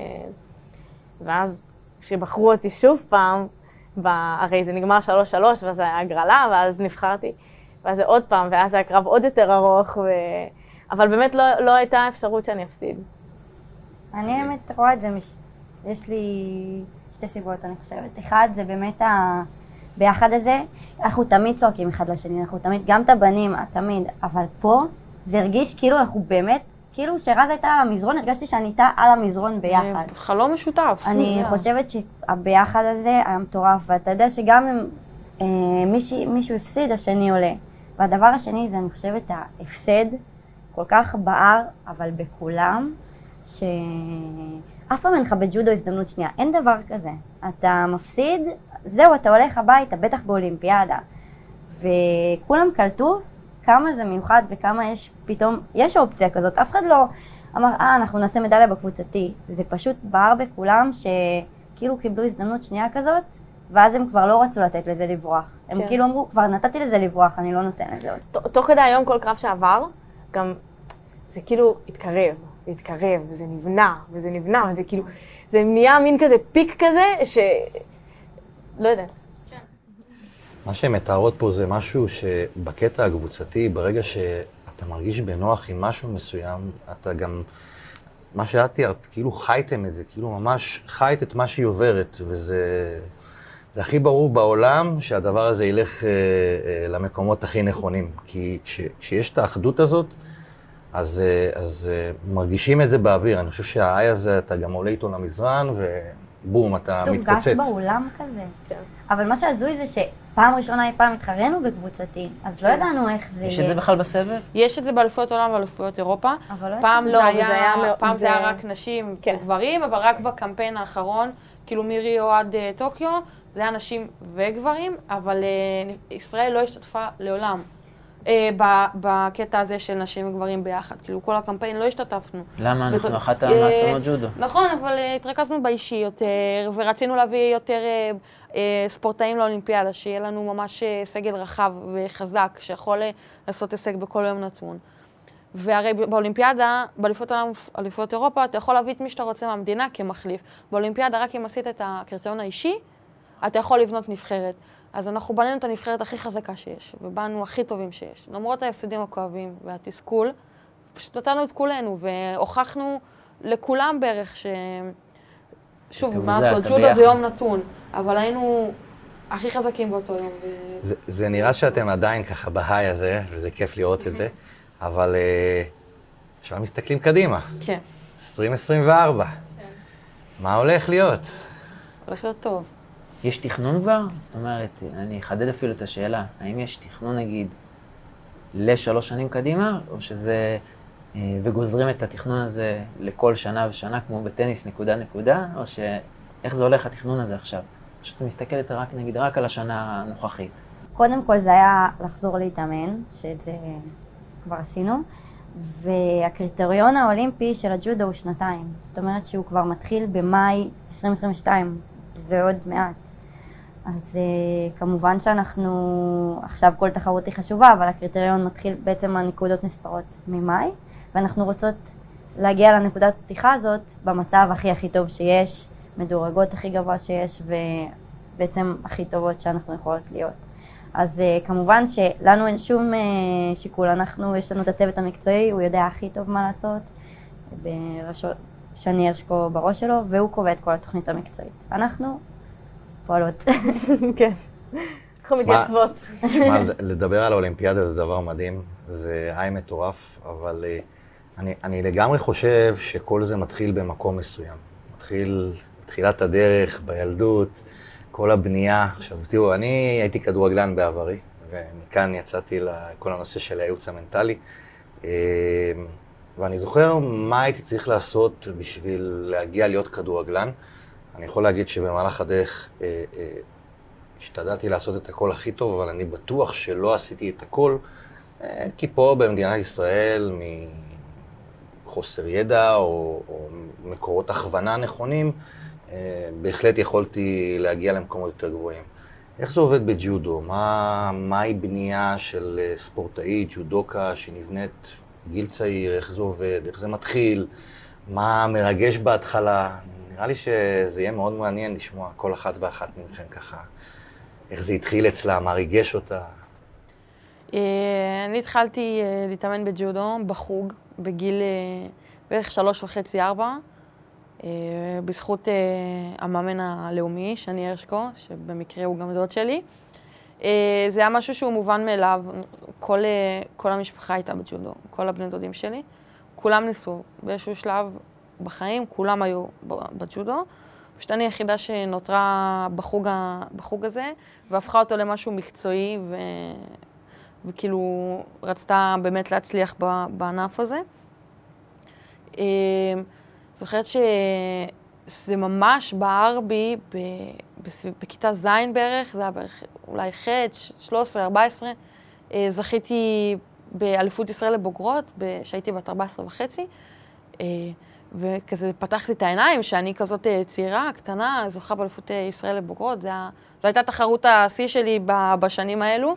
ואז כשבחרו אותי שוב פעם, הרי זה נגמר 3-3, ואז היה הגרלה, ואז נבחרתי, ואז זה עוד פעם, ואז זה היה קרב עוד יותר ארוך, אבל באמת לא הייתה אפשרות שאני אפסיד. אני באמת רואה את זה, יש לי שתי סיבות, אני חושבת. אחד, זה באמת ביחד הזה, אנחנו תמיד צועקים אחד לשני, אנחנו תמיד, גם את הבנים, תמיד, אבל פה זה הרגיש כאילו אנחנו באמת, כאילו שרז הייתה על המזרון, הרגשתי שאני איתה על המזרון ביחד. חלום משותף. אני חושבת שהביחד הזה היה מטורף, ואתה יודע שגם אם מישהו הפסיד, השני עולה. והדבר השני זה, אני חושבת, ההפסד כל כך בער, אבל בכולם, שאף פעם אין לך בג'ודו הזדמנות שנייה. אין דבר כזה. אתה מפסיד, זהו, אתה הולך הביתה, בטח באולימפיאדה. וכולם קלטו כמה זה מיוחד וכמה יש פתאום, יש אופציה כזאת. אף אחד לא אמר, אנחנו נעשה מדליה בקבוצתי. זה פשוט בער בכולם שכאילו קיבלו הזדמנות שנייה כזאת, ואז הם כבר לא רצו לתת לזה לברוח. הם כאילו אמרו, כבר נתתי לזה לברוח, אני לא נותן לזה עוד. תוך כדי היום כל קרב שעבר, גם זה כאילו התקרב, וזה נבנה, וזה כאילו, זה נהיה מין כזה פיק כזה, לא יודעת. מה שהן מתארות פה זה משהו שבקטע הקבוצתי, ברגע שאתה מרגיש בנוח עם משהו מסוים, אתה גם, מה שאת תיארת, כאילו חייתם את זה, כאילו ממש חית את מה שהיא עוברת, וזה הכי ברור בעולם שהדבר הזה ילך למקומות הכי נכונים. כי כשיש את האחדות הזאת, אז מרגישים את זה באוויר. אני חושב שהאי הזה, אתה גם עולה איתו למזרן, ובום, אתה מתפוצץ. תורגש באולם כזה. אבל מה שהזוי זה שפעם ראשונה אי פעם התחרנו בקבוצתי, אז לא ידענו איך זה... יש את זה בכלל בסבב? יש את זה באליפויות עולם ואליפויות אירופה. פעם זה היה רק נשים וגברים, אבל רק בקמפיין האחרון, כאילו מריו עד טוקיו, זה היה נשים וגברים, אבל ישראל לא השתתפה לעולם. בקטע הזה של נשים וגברים ביחד. כאילו, כל הקמפיין לא השתתפנו. למה? אנחנו אחת המעצמות ג'ודו. נכון, אבל התרכזנו באישי יותר, ורצינו להביא יותר ספורטאים לאולימפיאדה, שיהיה לנו ממש סגל רחב וחזק, שיכול לעשות הישג בכל יום נתון. והרי באולימפיאדה, באליפויות אירופה, אתה יכול להביא את מי שאתה רוצה מהמדינה כמחליף. באולימפיאדה, רק אם עשית את הקריטריון האישי, אתה יכול לבנות נבחרת. אז אנחנו בנינו את הנבחרת הכי חזקה שיש, ובאנו הכי טובים שיש. למרות ההפסדים הכואבים והתסכול, פשוט נתנו את כולנו, והוכחנו לכולם בערך שוב, מה לעשות, ג'ודו זה יום נתון, אבל היינו הכי חזקים באותו יום. זה נראה שאתם עדיין ככה בהיי הזה, וזה כיף לראות את זה, אבל עכשיו מסתכלים קדימה. כן. 2024. מה הולך להיות? הולך להיות טוב. יש תכנון כבר? זאת אומרת, אני אחדד אפילו את השאלה, האם יש תכנון נגיד ל3 שנים קדימה, או שזה, וגוזרים את התכנון הזה לכל שנה ושנה, כמו בטניס נקודה, או איך זה הולך התכנון הזה עכשיו? פשוט מסתכלת רק על השנה הנוכחית. קודם כל זה היה לחזור להתאמן, שאת זה כבר עשינו, והקריטריון האולימפי של הג'ודו הוא 2 זאת אומרת שהוא כבר מתחיל במאי 2022, זה עוד מעט. אז כמובן שאנחנו, עכשיו כל תחרות היא חשובה, אבל הקריטריון מתחיל, בעצם הנקודות נספרות ממאי, ואנחנו רוצות להגיע לנקודת הפתיחה הזאת במצב הכי טוב שיש, מדורגות הכי גבוה שיש, ובעצם הכי טובות שאנחנו יכולות להיות. אז כמובן שלנו אין שום שיקול, יש לנו את הצוות המקצועי, הוא יודע הכי טוב מה לעשות, שני הרשקו בראש שלו, והוא קובע את כל התוכנית המקצועית. אנחנו פועלות. כן, אנחנו מתייצבות. לדבר על האולימפיאדה זה דבר מדהים, זה היי מטורף, אבל אני לגמרי חושב שכל זה מתחיל במקום מסוים. מתחילת הדרך, בילדות, כל הבנייה. עכשיו תראו, אני הייתי כדורגלן בעברי, ומכאן יצאתי לכל הנושא של הייעוץ המנטלי. ואני זוכר מה הייתי צריך לעשות בשביל להגיע להיות כדורגלן. אני יכול להגיד שבמהלך הדרך השתדלתי לעשות את הכל הכי טוב, אבל אני בטוח שלא עשיתי את הכל, כי פה במדינת ישראל, מחוסר ידע או מקורות הכוונה נכונים, בהחלט יכולתי להגיע למקומות יותר גבוהים. איך זה עובד בג'ודו? מהי בנייה של ספורטאי, ג'ודוקה, שנבנית בגיל צעיר? איך זה עובד? איך זה מתחיל? מה מרגש בהתחלה? נראה לי שזה יהיה מאוד מעניין לשמוע כל אחת ואחת מכם ככה. איך זה התחיל אצלה, מה ריגש אותה? אני התחלתי להתאמן בג'ודו בחוג בגיל בערך 3.5-4, בזכות המאמן הלאומי, שני הרשקו, שבמקרה הוא גם דוד שלי. זה היה משהו שהוא מובן מאליו, כל המשפחה הייתה בג'ודו, כל הבני דודים שלי, כולם ניסו באיזשהו שלב בחיים, כולם היו בג'ודו. פשוט אני היחידה שנותרה בחוג הזה, והפכה אותו למשהו מקצועי, וכאילו רצתה באמת להצליח בענף הזה. זוכרת שזה ממש בער בי בכיתה ז' בערך, זה היה בערך אולי ח', 13-14, זכיתי באליפות ישראל לבוגרות, שהייתי בת 14.5, וכזה פתחתי את העיניים, שאני כזאת צעירה, קטנה, זוכה באליפות ישראל לבוגרות, זו הייתה תחרות השיא שלי בשנים האלו.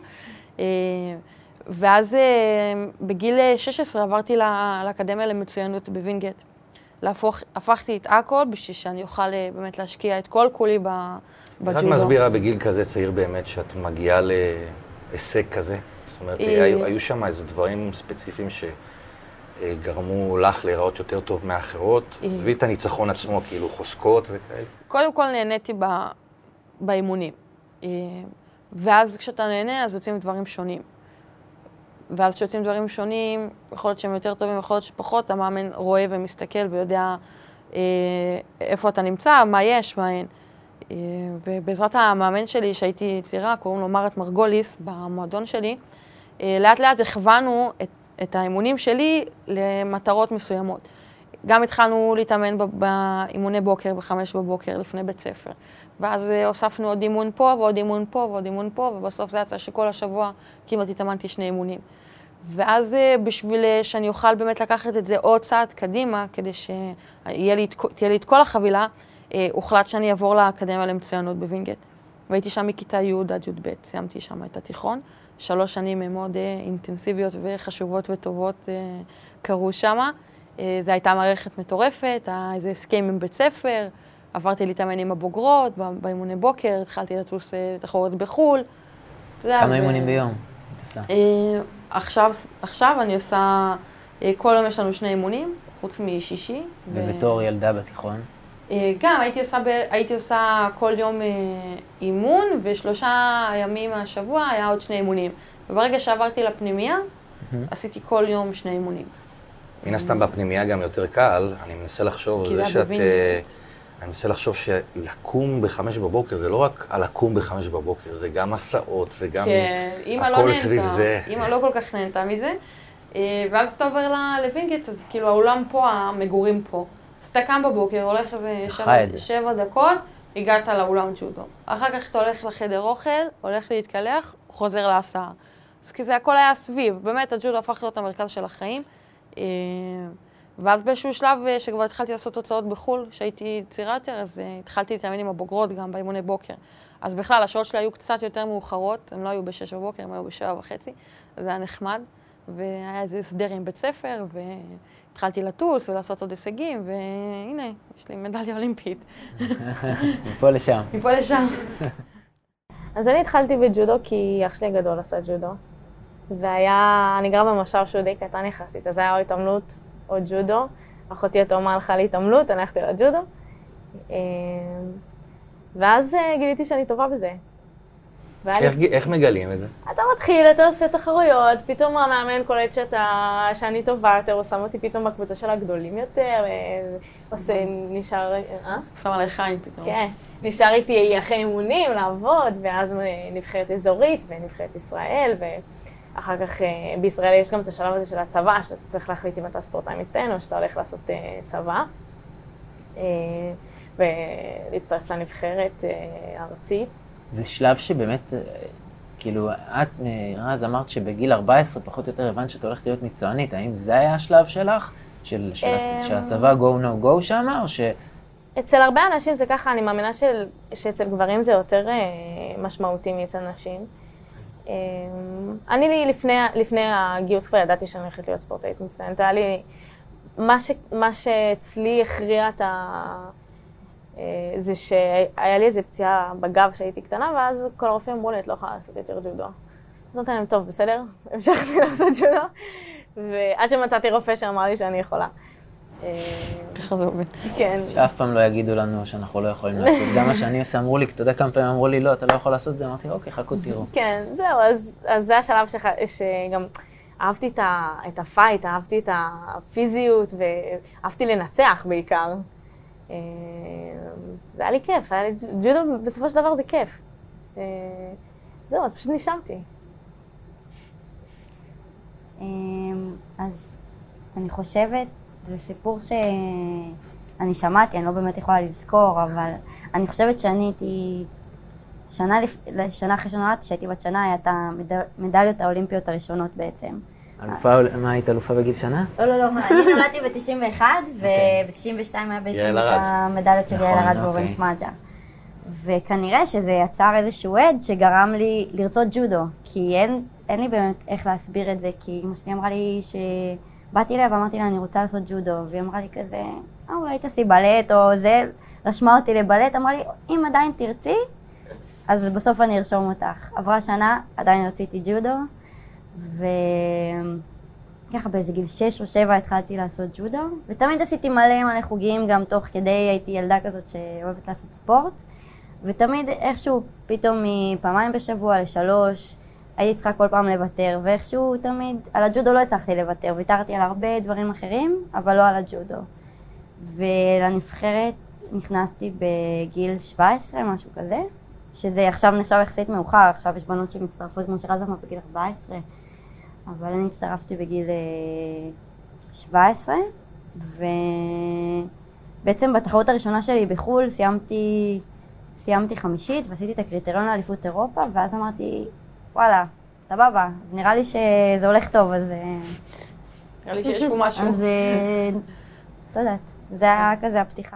ואז בגיל 16 עברתי לאקדמיה למצוינות בווינגייט. הפכתי את הכל בשביל שאני אוכל באמת להשקיע את כל כולי בג'ודו. את מסבירה בגיל כזה צעיר באמת שאת מגיעה להישג כזה? זאת אומרת, היו שם איזה דברים ספציפיים שגרמו לך להיראות יותר טוב מאחרות? הביא את הניצחון עצמו, כאילו חוזקות וכאלה? קודם כל נהניתי באימונים. ואז כשאתה נהנה, אז יוצאים דברים שונים. ואז כשיוצאים דברים שונים, יכול להיות שהם יותר טובים, יכול להיות שפחות, המאמן רואה ומסתכל ויודע איפה אתה נמצא, מה יש, מה אין. ובעזרת המאמן שלי, שהייתי צעירה, קוראים לו מרת מרגוליס, במועדון שלי, לאט לאט הכוונו את האימונים שלי למטרות מסוימות. גם התחלנו להתאמן באימוני בוקר, ב5 בבוקר, לפני בית ספר. ואז הוספנו עוד אימון פה ועוד אימון פה ועוד אימון פה, ובסוף זה יצא שכל השבוע כמעט התאמנתי 2 אימונים. ואז בשביל שאני אוכל באמת לקחת את זה עוד צעד קדימה, כדי שתהיה לי את כל החבילה, הוחלט שאני אעבור לאקדמיה למצוינות בווינגייט. והייתי שם מכיתה י' עד י"ב, סיימתי שם את התיכון. 3 שנים מאוד אינטנסיביות וחשובות וטובות קרו שם. זו הייתה מערכת מטורפת, איזה הסכם עם בית ספר, עברתי להתאמן עם הבוגרות, באימוני בוקר, התחלתי לטוס לתחרות בחו"ל. כמה אימונים ביום? עכשיו אני עושה, כל יום יש לנו 2 אימונים, חוץ משישי. ובתור ילדה בתיכון? גם, הייתי עושה כל יום אימון, ו3 ימים מהשבוע היה עוד 2 אימונים. וברגע שעברתי לפנימייה, עשיתי כל יום 2 אימונים. מן הסתם בפנימייה גם יותר קל, אני מנסה לחשוב על זה אני מנסה לחשוב שלקום ב5 בבוקר, זה לא רק על לקום ב5 בבוקר, זה גם מסעות וגם הכל סביב זה. אמא לא כל כך נהנתה מזה. ואז אתה עובר לווינגייט, אז כאילו האולם פה, המגורים פה. אז אתה קם בבוקר, הולך איזה 7 דקות, הגעת לאולם ג'ודו. אחר כך אתה הולך לחדר אוכל, הולך להתקלח, חוזר להסעה. אז כי זה הכל היה סביב. באמת, הג'ודו הפך להיות המרכז של החיים. ואז באיזשהו שלב שכבר התחלתי לעשות תוצאות בחו"ל, שהייתי צעירה יותר, אז התחלתי להתאמן עם הבוגרות גם באימוני בוקר. אז בכלל, השעות שלי היו קצת יותר מאוחרות, הם לא היו ב6 בבוקר, הם היו ב7:30, אז זה היה נחמד. והיה איזה הסדר עם בית ספר, והתחלתי לטוס ולעשות עוד הישגים, והנה, יש לי מדליה אולימפית. מפה לשם. מפה לשם. אז אני התחלתי בג'ודו כי אח שלי הגדול עשה ג'ודו. אני גרה במושב שהוא די קטן יחסית, אז היה או התעמלות או ג'ודו. אחותי התאומה הלכה להתעמלות, אני הלכתי לג'ודו. ואז גיליתי שאני טובה בזה. איך מגלים את זה? אתה מתחיל, אתה עושה תחרויות, פתאום המאמן קולט שאני טובה יותר, הוא שם אותי פתאום בקבוצה של הגדולים יותר, נשאר... שם עלי חיים פתאום. כן, נשאר איתי אחרי אימונים לעבוד, ואז נבחרת אזורית ונבחרת ישראל, ואחר כך בישראל יש גם את השלב הזה של הצבא, שאתה צריך להחליט אם אתה ספורטאי מצטיין או שאתה הולך לעשות צבא, ולהצטרף לנבחרת ארצית. זה שלב שבאמת, כאילו, את, רז, אמרת שבגיל 14 פחות או יותר הבנת שאת הולכת להיות מקצוענית. האם זה היה השלב שלך? של הצבא go no go שמה, או ש... אצל הרבה אנשים זה ככה, אני מאמינה שאצל גברים זה יותר משמעותי מאצל נשים. אני לפני הגיוס כבר ידעתי שאני הולכת להיות ספורטאית מצטיינת. היה לי, מה שאצלי הכריע את זה שהיה לי איזו פציעה בגב שהייתי קטנה, ואז כל הרופאים אמרו לי, את לא יכולה לעשות יותר ג'ודו. אז נתן להם, טוב, בסדר, המשכתי לעשות ג'ודו, ועד שמצאתי רופא שאמר לי שאני יכולה. ככה זה עובד. כן. שאף פעם לא יגידו לנו שאנחנו לא יכולים לעשות. גם מה שאני עושה, אמרו לי, אתה יודע כמה פעמים אמרו לי, לא, אתה לא יכול לעשות את זה, אמרתי, אוקיי, חכו תראו. כן, זהו, אז זה השלב שגם אהבתי את הפייט, אהבתי את הפיזיות, ואהבתי לנצח בעיקר. זה היה לי כיף, ג'ודו בסופו של דבר זה כיף. זהו, אז פשוט נשארתי. אז אני חושבת, זה סיפור שאני שמעתי, אני לא באמת יכולה לזכור, אבל אני חושבת שאני הייתי, שנה אחרי שנולדתי, שהייתי בת שנה, היה את המדליות האולימפיות הראשונות בעצם. אלופה, מה היית אלופה בגיל שנה? לא, אני נולדתי ב-91, וב-92 היה בעצם את המדליות של יעל ארד ואורן סמאג'ה. וכנראה שזה יצר איזשהו עד שגרם לי לרצות ג'ודו, כי אין לי באמת איך להסביר את זה, כי אמא שלי אמרה לי שבאתי אליה ואמרתי לה אני רוצה לעשות ג'ודו, והיא אמרה לי כזה, אולי תעשי בלט או זה, רשמה אותי לבלט, אמרה לי אם עדיין תרצי, אז בסוף אני ארשום אותך. עברה שנה, עדיין רציתי ג'ודו, וככה באיזה גיל 6 או 7 התחלתי לעשות ג'ודו, ותמיד עשיתי מלא חוגים, גם תוך כדי הייתי ילדה כזאת שאוהבת לעשות ספורט, ותמיד איכשהו פתאום מפעמיים בשבוע ל3 הייתי צריכה כל פעם לוותר, ואיכשהו תמיד על הג'ודו לא הצלחתי לוותר, ויתרתי על הרבה דברים אחרים, אבל לא על הג'ודו. ולנבחרת נכנסתי בגיל 17, משהו כזה, שזה עכשיו נחשב יחסית מאוחר, עכשיו יש בנות שמצטרפות כמו שרז אמר בגיל 14, אבל אני הצטרפתי בגיל 17, ובעצם בתחרות הראשונה שלי בחו"ל סיימתי חמישית ועשיתי את הקריטריון לאליפות אירופה, ואז אמרתי, וואלה, סבבה, נראה לי שזה הולך טוב, אז... נראה לי שיש פה משהו. אז לא יודעת, זה היה כזה הפתיחה.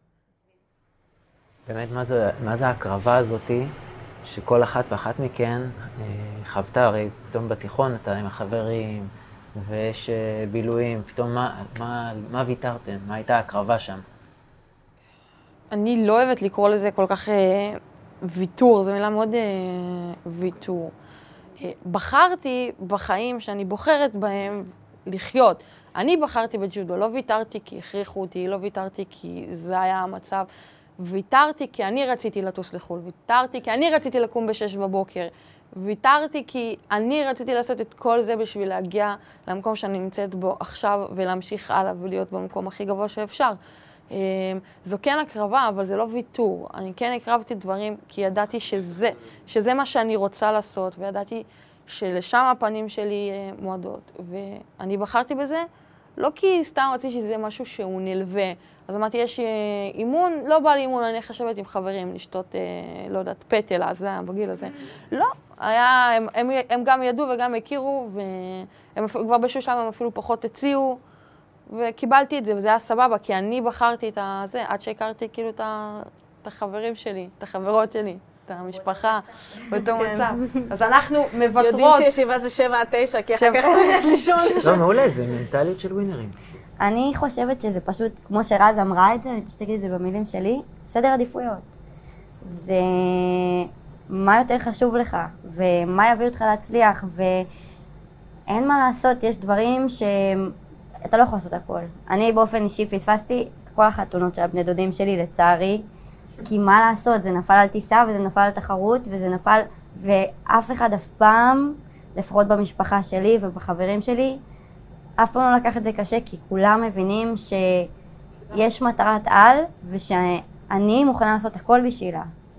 באמת, מה זה ההקרבה הזאתי שכל אחת ואחת מכן חוותה? הרי פתאום בתיכון אתה עם החברים ויש בילויים, פתאום מה ויתרתם? מה הייתה ההקרבה שם? אני לא אוהבת לקרוא לזה כל כך ויתור, זו מילה מאוד ויתור. בחרתי בחיים שאני בוחרת בהם לחיות. אני בחרתי בג'ודו, לא ויתרתי כי הכריחו אותי, לא ויתרתי כי זה היה המצב. ויתרתי כי אני רציתי לטוס לחו"ל, ויתרתי כי אני רציתי לקום ב-6 בבוקר, ויתרתי כי אני רציתי לעשות את כל זה בשביל להגיע למקום שאני נמצאת בו עכשיו ולהמשיך הלאה ולהיות במקום הכי גבוה שאפשר. זו כן הקרבה, אבל זה לא ויתור. אני כן הקרבתי דברים כי ידעתי שזה מה שאני רוצה לעשות, וידעתי שלשם הפנים שלי מועדות. ואני בחרתי בזה, לא כי סתם רציתי שזה משהו שהוא נלווה. אז אמרתי, יש אימון, לא בא לי אימון, אני חשבת עם חברים לשתות, לא יודעת, פטל, אז זה היה בגיל הזה. לא, הם גם ידעו וגם הכירו, והם כבר באיזשהו שלב הם אפילו פחות הציעו, וקיבלתי את זה, וזה היה סבבה, כי אני בחרתי את זה, עד שהכרתי כאילו את החברים שלי, את החברות שלי, את המשפחה, באותו מצב. אז אנחנו מוותרות. יודעים שישיבה זה 7-9, כי אחר כך צריך לישון. לא, מעולה, זה מנטליות של ווינרים. אני חושבת שזה פשוט, כמו שרז אמרה את זה, אני פשוט אגיד את זה במילים שלי, סדר עדיפויות. זה מה יותר חשוב לך, ומה יביא אותך להצליח, ואין מה לעשות, יש דברים שאתה לא יכול לעשות הכל. אני באופן אישי פספסתי את כל החתונות של הבני דודים שלי, לצערי, כי מה לעשות, זה נפל על טיסה, וזה נפל על תחרות, וזה נפל, ואף אחד אף פעם, לפחות במשפחה שלי ובחברים שלי, אף פעם לא לקח את זה קשה, כי כולם מבינים שיש מטרת על, ושאני מוכנה לעשות הכל בשבילה.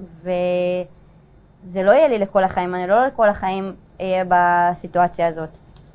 וזה לא יהיה לי לכל החיים, אני לא לכל החיים אהיה בסיטואציה הזאת.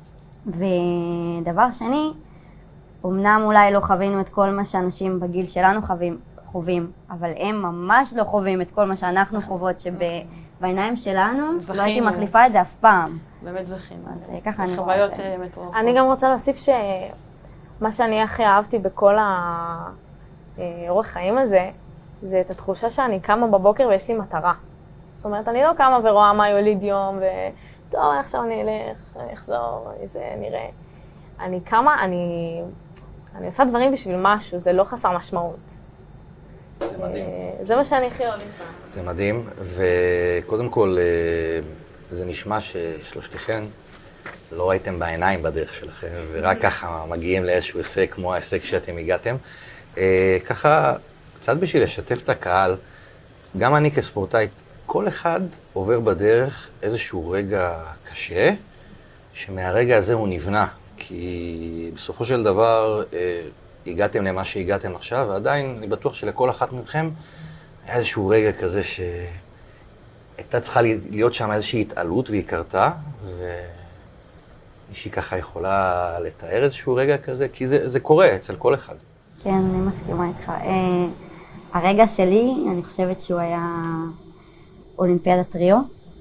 ודבר שני, אמנם אולי לא חווינו את כל מה שאנשים בגיל שלנו חווים, אבל הם ממש לא חווים את כל מה שאנחנו חוות, שבעיניים שלנו לא הייתי מחליפה את זה אף פעם. באמת זכינו. אז ככה אני חוויות מטורפות. אני גם רוצה להוסיף שמה שאני הכי אהבתי בכל האורח חיים הזה, זה את התחושה שאני קמה בבוקר ויש לי מטרה. זאת אומרת, אני לא קמה ורואה מה יוליד יום, וטוב, עכשיו אני אלך, אני אחזור, זה נראה. אני קמה, אני עושה דברים בשביל משהו, זה לא חסר משמעות. זה מדהים. זה מה שאני הכי אוהבת. זה מדהים, וקודם כל, זה נשמע ששלושתכן לא ראיתם בעיניים בדרך שלכם, ורק ככה מגיעים לאיזשהו הישג כמו ההישג שאתם הגעתם. ככה, קצת בשביל לשתף את הקהל, גם אני כספורטאי, כל אחד עובר בדרך איזשהו רגע קשה, שמהרגע הזה הוא נבנה, כי בסופו של דבר הגעתם למה שהגעתם עכשיו, ועדיין אני בטוח שלכל אחת מכם היה איזשהו רגע כזה הייתה צריכה להיות שם איזושהי התעלות והיא קרתה, ומישהי ככה יכולה לתאר איזשהו רגע כזה, כי זה קורה אצל כל אחד. כן, אני מסכימה איתך. הרגע שלי, אני חושבת שהוא היה אולימפיאדת טריו.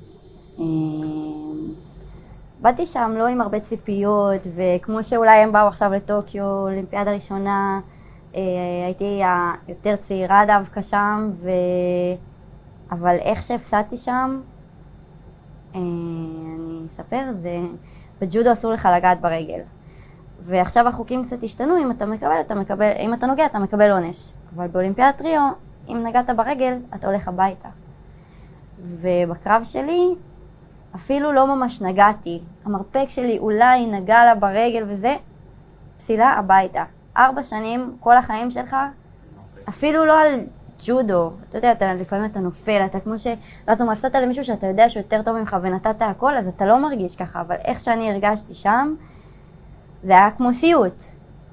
באתי שם לא עם הרבה ציפיות, וכמו שאולי הם באו עכשיו לטוקיו, אולימפיאדה ראשונה, הייתי יותר צעירה דווקא שם, אבל איך שהפסדתי שם, אני אספר, זה בג'ודו אסור לך לגעת ברגל. ועכשיו החוקים קצת השתנו, אם אתה מקבל, אם אתה נוגע, אתה מקבל עונש. אבל באולימפיאדת טריו, אם נגעת ברגל, אתה הולך הביתה. ובקרב שלי, אפילו לא ממש נגעתי. המרפק שלי אולי נגע לה ברגל וזה, פסילה הביתה. 4 שנים, כל החיים שלך, אפילו לא על ג'ודו. אתה יודע, לפעמים אתה נופל, אתה כמו אז הוא הפסדת למישהו שאתה יודע שהוא יותר טוב ממך ונתת הכל, אז אתה לא מרגיש ככה. אבל איך שאני הרגשתי שם, זה היה כמו סיוט.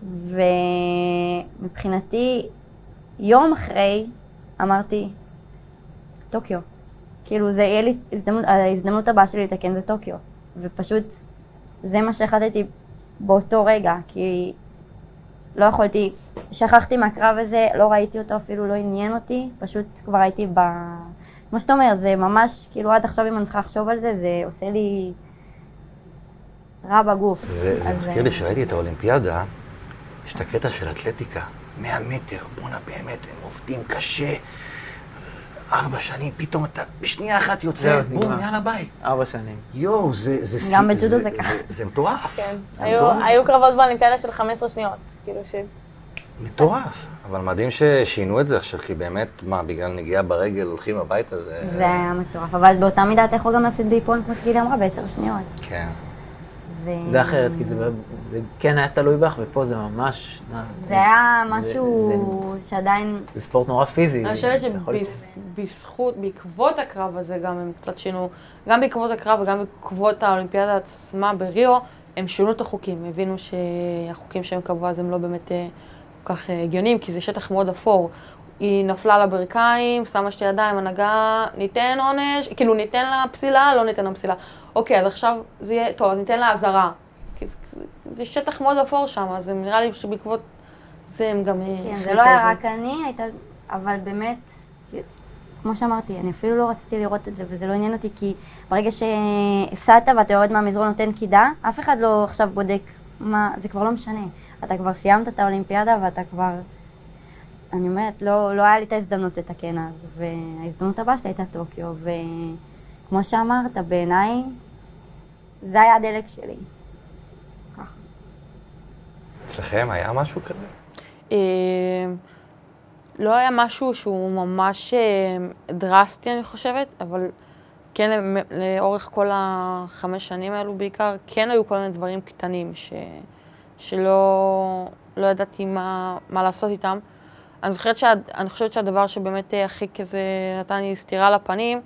ומבחינתי, יום אחרי, אמרתי, טוקיו. כאילו, זה יהיה לי ההזדמנות הבאה שלי לתקן זה טוקיו. ופשוט, זה מה שהחלטתי באותו רגע, כי לא יכולתי, שכחתי מהקרב הזה, לא ראיתי אותו, אפילו לא עניין אותי, פשוט כבר הייתי כמו שאתה אומר, זה ממש, כאילו עד עכשיו אם אני צריכה לחשוב על זה, זה עושה לי רע בגוף. זה מזכיר לי שראיתי את האולימפיאדה, יש את הקטע של אתלטיקה, 100 מטר, בונה באמת, הם עובדים קשה, 4 שנים, פתאום אתה בשנייה אחת יוצא, בום, יאללה ביי. 4 שנים. יואו, גם בג'ודו זה ככה. זה מטורף. כן, היו קרבות באולימפיאדה של 15 שניות, כאילו מטורף, אבל מדהים ששינו את זה עכשיו, כי באמת, מה, בגלל נגיעה ברגל הולכים הביתה, זה... זה היה מטורף, אבל באותה מידה אתה יכול גם להפסיד באיפון, כמו שגילי אמרה, ב10 שניות. כן. זה אחרת, כי זה כן היה תלוי בך, ופה זה ממש... זה היה משהו שעדיין... זה ספורט נורא פיזי. אני חושבת שבזכות, בעקבות הקרב הזה גם הם קצת שינו, גם בעקבות הקרב וגם בעקבות האולימפיאדה עצמה בריו, הם שינו את החוקים, הבינו שהחוקים שהם קבעו אז הם לא באמת כל כך הגיוניים, כי זה שטח מאוד אפור. היא נפלה על הברכיים, שמה שתי ידיים, הנהגה, ניתן עונש, כאילו ניתן לה פסילה, לא ניתן לה פסילה. אוקיי, אז עכשיו זה יהיה, טוב, אז ניתן לה אזהרה. כי זה שטח מאוד אפור שם, אז נראה לי שבעקבות זה הם גם... כן, זה לא היה רק אני, אבל באמת, כמו שאמרתי, אני אפילו לא רציתי לראות את זה, וזה לא עניין אותי, כי ברגע שהפסדת ואתה יורד מהמזרון נותן קידה, אף אחד לא עכשיו בודק מה, זה כבר לא משנה. אתה כבר סיימת את האולימפיאדה ואתה כבר... אני אומרת, לא היה לי את ההזדמנות לתקן אז, וההזדמנות הבאה שלי הייתה טוקיו, וכמו שאמרת, בעיניי, זה היה הדלק שלי. ככה. אצלכם היה משהו כזה? לא היה משהו שהוא ממש דרסטי, אני חושבת, אבל כן, לאורך כל 5 שנים האלו בעיקר, כן היו כל מיני דברים קטנים שלא ידעתי מה לעשות איתם. אני חושבת שהדבר שבאמת הכי כזה נתן לי סתירה לפנים,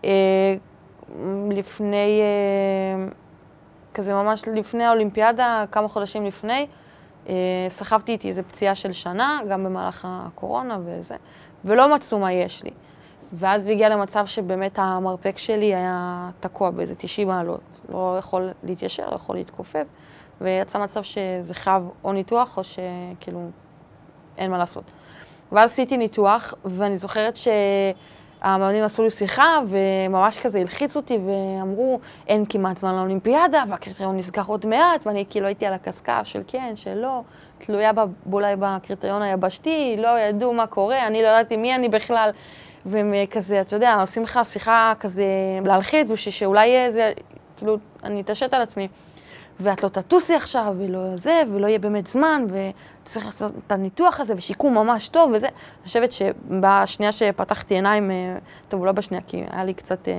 לפני, כזה ממש לפני האולימפיאדה, כמה חודשים לפני, סחבתי איתי איזו פציעה של שנה, גם במהלך הקורונה וזה, ולא מצאו מה יש לי. ואז זה הגיע למצב שבאמת המרפק שלי היה תקוע באיזה 90 מעלות, לא יכול להתיישר, לא יכול להתכופף, ויצא מצב שזה חייב או ניתוח או שכאילו אין מה לעשות. ואז עשיתי ניתוח, ואני זוכרת שהמאמנים עשו לי שיחה, וממש כזה הלחיצו אותי, ואמרו, אין כמעט זמן לאולימפיאדה, והקריטריון נסגר עוד מעט, ואני כאילו הייתי על הקשקש של כן, של לא, תלויה אולי בקריטריון היבשתי, לא ידעו מה קורה, אני לא ידעתי מי אני בכלל, והם כזה, אתה יודע, עושים לך שיחה כזה להלחיץ, בשביל שאולי זה, כאילו, אני אתעשת על עצמי. ואת לא תטוסי עכשיו, ולא זה, ולא יהיה באמת זמן, וצריך לעשות את הניתוח הזה, ושיקום ממש טוב, וזה. אני חושבת שבשנייה שפתחתי עיניים, טוב, לא בשנייה, כי היה לי קצת...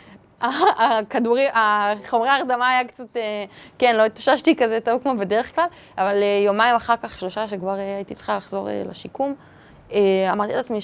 חומרי ההרדמה היה קצת... כן, לא התאוששתי כזה טוב כמו בדרך כלל, אבל יומיים אחר כך, 3 שכבר הייתי צריכה לחזור לשיקום, אמרתי לעצמי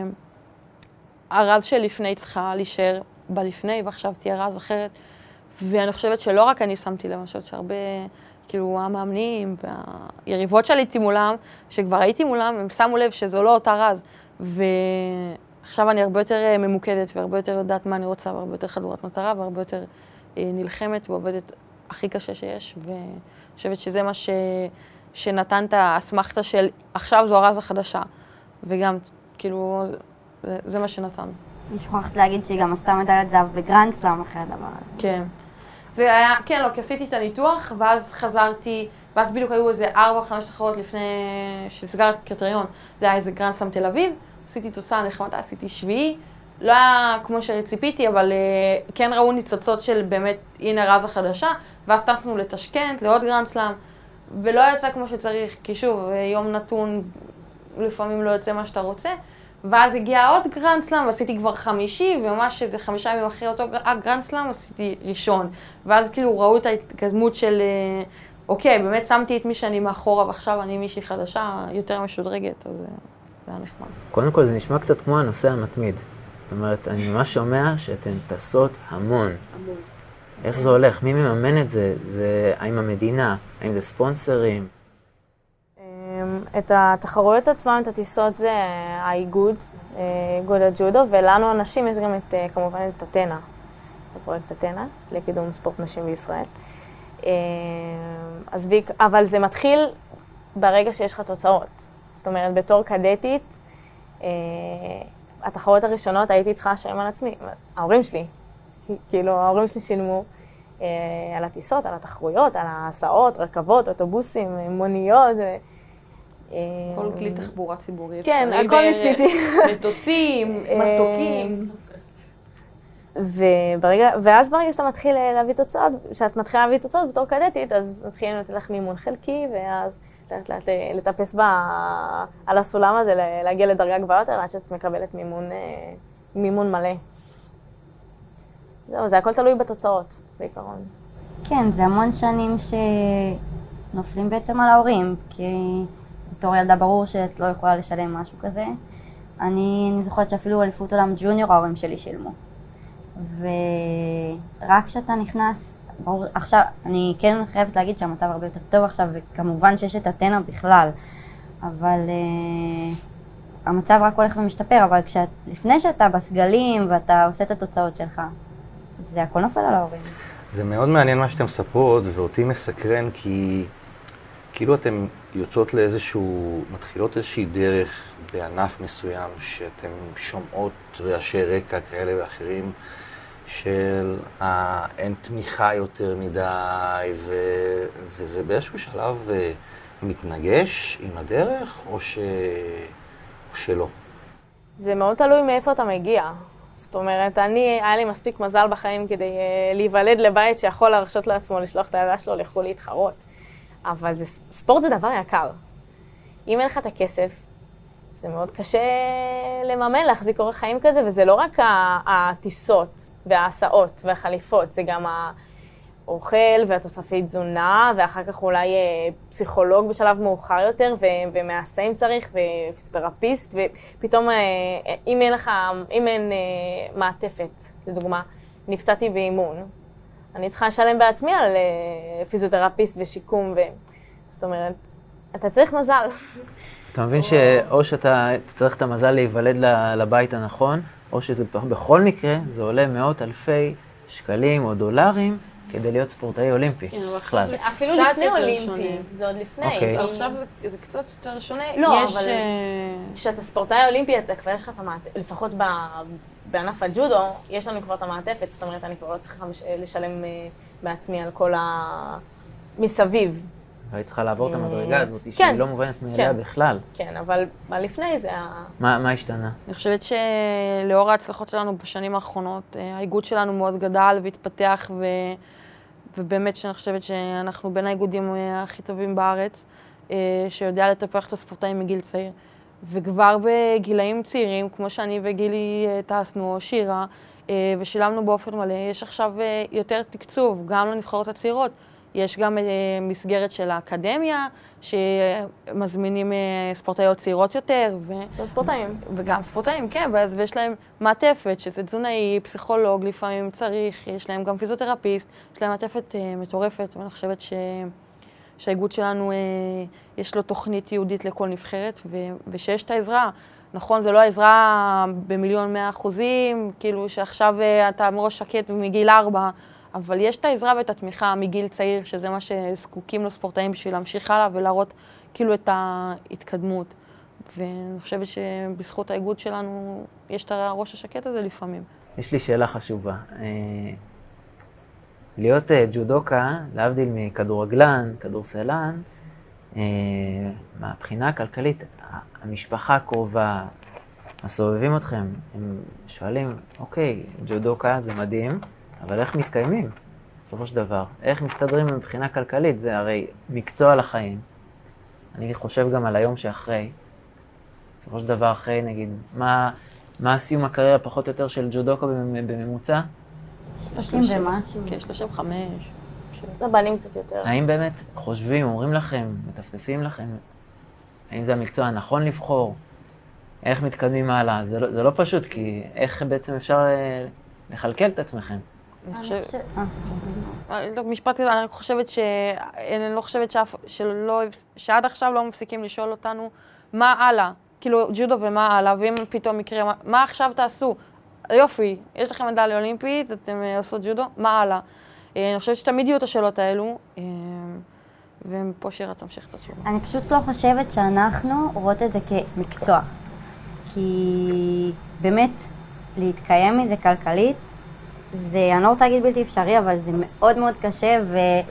שהרז שלפני צריכה להישאר בלפני, ועכשיו תהיה רז אחרת. ואני חושבת שלא רק אני שמתי לב, אני חושבת שהרבה, כאילו, המאמנים והיריבות שלי הייתי מולם, שכבר הייתי מולם, הם שמו לב שזו לא אותה רז. ועכשיו אני הרבה יותר ממוקדת, והרבה יותר יודעת מה אני רוצה, והרבה יותר חדורת מטרה, והרבה יותר נלחמת ועובדת הכי קשה שיש. ואני חושבת שזה מה שנתן את האסמכתה של עכשיו זו הרז החדשה. וגם, כאילו, זה מה שנתן. אני שוכחת להגיד שהיא גם עשתה מדליית זהב בגרנד סלאם אחרי הדבר הזה. כן. זה היה, כן, לא, כי עשיתי את הניתוח, ואז חזרתי, ואז בדיוק היו איזה 4-5 תחרות לפני שסגר את הקריטריון. זה היה איזה גרנד סלאם תל אביב, עשיתי תוצאה נחמדה, עשיתי שביעי. לא היה כמו שציפיתי, אבל כן ראו ניצוצות של באמת, הנה רז החדשה, ואז טסנו לתשכנת, לעוד גרנד סלאם, ולא יצא כמו שצריך, כי שוב, יום נתון לפעמים לא יוצא מה שאתה רוצה. ואז הגיע עוד גרנד סלאם, ועשיתי כבר 5, וממש איזה 5 ימים אחרי אותו גרנד סלאם, עשיתי ראשון. ואז כאילו ראו את ההתקדמות של, אוקיי, באמת שמתי את מי שאני מאחורה, ועכשיו אני מישהי חדשה, יותר משודרגת, אז זה היה נחמד. קודם כל זה נשמע קצת כמו הנושא המתמיד. זאת אומרת, אני ממש שומע שאתן טסות המון. איך זה הולך? מי מממן את זה? האם המדינה? האם זה ספונסרים? את התחרויות עצמם, את הטיסות, זה האיגוד, איגוד הג'ודו, ולנו הנשים יש גם כמובן את אתנה, את הפרויקט אתנה, לקידום ספורט נשים בישראל. אבל זה מתחיל ברגע שיש לך תוצאות. זאת אומרת, בתור קדטית, התחרויות הראשונות הייתי צריכה לשלם על עצמי, ההורים שלי, כאילו ההורים שלי שילמו על הטיסות, על התחרויות, על ההסעות, רכבות, אוטובוסים, מוניות, כל כלי תחבורה ציבורית. כן, הכל ניסיתי. מטוסים, מסוקים. ואז ברגע שאתה מתחיל להביא תוצאות, כשאת מתחילה להביא תוצאות בתור קדטית, אז מתחילים לתת לך מימון חלקי, ואז לאט לאט לטפס על הסולם הזה, להגיע לדרגה גבוהה יותר, עד שאת מקבלת מימון מלא. זהו, זה הכל תלוי בתוצאות, בעיקרון. כן, זה המון שנים שנופלים בעצם על ההורים, כי בתור ילדה ברור שאת לא יכולה לשלם משהו כזה. אני זוכרת שאפילו אליפות עולם ג'וניור ההורים שלי שילמו. ורק כשאתה נכנס, ברור, עכשיו, אני כן חייבת להגיד שהמצב הרבה יותר טוב עכשיו, וכמובן שיש את אתנה בכלל, אבל המצב רק הולך ומשתפר, אבל לפני שאתה בסגלים ואתה עושה את התוצאות שלך, זה הכל נופל על ההורים. זה מאוד מעניין מה שאתם מספרות, ואותי מסקרן כי כאילו אתם יוצאות מתחילות איזושהי דרך בענף מסוים, שאתם שומעות רעשי רקע כאלה ואחרים, של אין תמיכה יותר מדי, וזה באיזשהו שלב מתנגש עם הדרך, או שלא? זה מאוד תלוי מאיפה אתה מגיע. זאת אומרת, היה לי מספיק מזל בחיים כדי להיוולד לבית שיכול להרשות לעצמו לשלוח את הילדה שלו לחו"ל להתחרות. אבל ספורט זה דבר יקר. אם אין לך את הכסף, זה מאוד קשה לממן, להחזיק אורח חיים כזה, וזה לא רק הטיסות וההסעות והחליפות, זה גם האוכל והתוספי תזונה, ואחר כך אולי פסיכולוג בשלב מאוחר יותר, ומעשה אם צריך, ופיזיותרפיסט, ופתאום אם אין מעטפת, לדוגמה, נפצעתי באימון, אני צריכה לשלם בעצמי על פיזיותרפיסט ושיקום, זאת אומרת, אתה צריך מזל. אתה מבין שאו שאתה צריך את המזל להיוולד לבית הנכון, או שזה בכל מקרה, זה עולה מאות אלפי שקלים או דולרים כדי להיות ספורטאי אולימפי. בכלל. אפילו לפני אולימפי, זה עוד לפני. עכשיו זה קצת יותר שונה. לא, אבל כשאתה ספורטאי אולימפי, אתה כבר יש לך את המעטפת, לפחות בענף הג'ודו, יש לנו כבר את המעטפת, זאת אומרת, אני כבר לא צריכה לשלם בעצמי על כל מסביב. והיא צריכה לעבור את המדרגה הזאת, שהיא לא מובנת מאליה בכלל. כן, אבל לפני זה... מה השתנה? אני חושבת שלאור ההצלחות שלנו בשנים האחרונות, האיגוד שלנו מאוד גדל והתפתח, ובאמת שאני חושבת שאנחנו בין האיגודים הכי טובים בארץ, שיודע לטפח את הספורטאים מגיל צעיר. וכבר בגילאים צעירים, כמו שאני וגילי טסנו, או שירה, ושילמנו באופן מלא, יש עכשיו יותר תקצוב, גם לנבחרות הצעירות. יש גם מסגרת של האקדמיה, שמזמינים ספורטאיות צעירות יותר. ספורטאים. וגם ספורטאים, כן, ויש להם מעטפת, שזה תזונאי, פסיכולוג, לפעמים צריך, יש להם גם פיזיותרפיסט, יש להם מעטפת מטורפת, ואני חושבת שהאיגוד שלנו, יש לו תוכנית ייעודית לכל נבחרת, ושיש את העזרה. נכון, זה לא העזרה ב1,100,000%, כאילו שעכשיו אתה מראש שקט ומגיל 4, אבל יש את העזרה ואת התמיכה מגיל צעיר, שזה מה שזקוקים לספורטאים בשביל להמשיך הלאה ולהראות כאילו את ההתקדמות. ואני חושבת שבזכות האיגוד שלנו יש את הראש השקט הזה לפעמים. יש לי שאלה חשובה. להיות ג'ודוקה, להבדיל מכדורגלן, כדורסלן, מהבחינה הכלכלית, המשפחה הקרובה, הסובבים אתכם, הם שואלים, אוקיי, ג'ודוקה זה מדהים, אבל איך מתקיימים, בסופו של דבר? איך מסתדרים מבחינה כלכלית? זה הרי מקצוע לחיים. אני חושב גם על היום שאחרי. בסופו של דבר אחרי, נגיד, מה סיום הקריירה פחות או יותר של ג'ודוקה בממוצע? 30 ומשהו. כן, 35. לבנים קצת יותר. האם באמת חושבים, אומרים לכם, מטפטפים לכם, האם זה המקצוע הנכון לבחור? איך מתקדמים הלאה? זה לא פשוט, כי איך בעצם אפשר לכלכל את עצמכם? משפט כזה, אני חושבת אני לא חושבת שעד עכשיו לא מפסיקים לשאול אותנו מה הלאה, כאילו ג'ודו ומה הלאה, ואם פתאום יקרה, מה עכשיו תעשו? יופי, יש לכם מדליה אולימפית, אתם עושות ג'ודו, מה הלאה? אני חושבת שתמיד יהיו את השאלות האלו, ופה שירה תמשיך את התשובה. אני פשוט לא חושבת שאנחנו רואות את זה כמקצוע, כי באמת להתקיים מזה כלכלית, אני לא רוצה להגיד בלתי אפשרי, אבל זה מאוד מאוד קשה,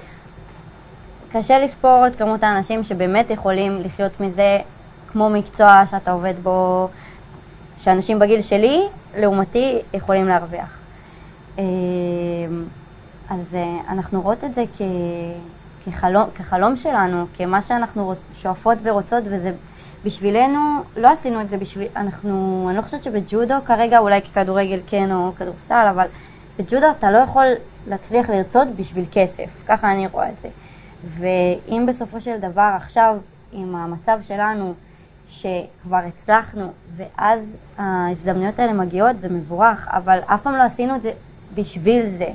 וקשה לספור את כמות האנשים שבאמת יכולים לחיות מזה כמו מקצוע שאתה עובד בו, שאנשים בגיל שלי, לעומתי, יכולים להרוויח. אז אנחנו רואות את זה כחלום שלנו, כמה שאנחנו שואפות ורוצות, וזה בשבילנו, לא עשינו את זה בשביל, אני לא חושבת שבג'ודו כרגע, אולי ככדורגל כן או כדורסל, אבל בג'ודו אתה לא יכול להצליח לרצות בשביל כסף, ככה אני רואה את זה. ואם בסופו של דבר עכשיו, עם המצב שלנו, שכבר הצלחנו, ואז ההזדמנויות האלה מגיעות, זה מבורך, אבל אף פעם לא עשינו את זה בשביל זה.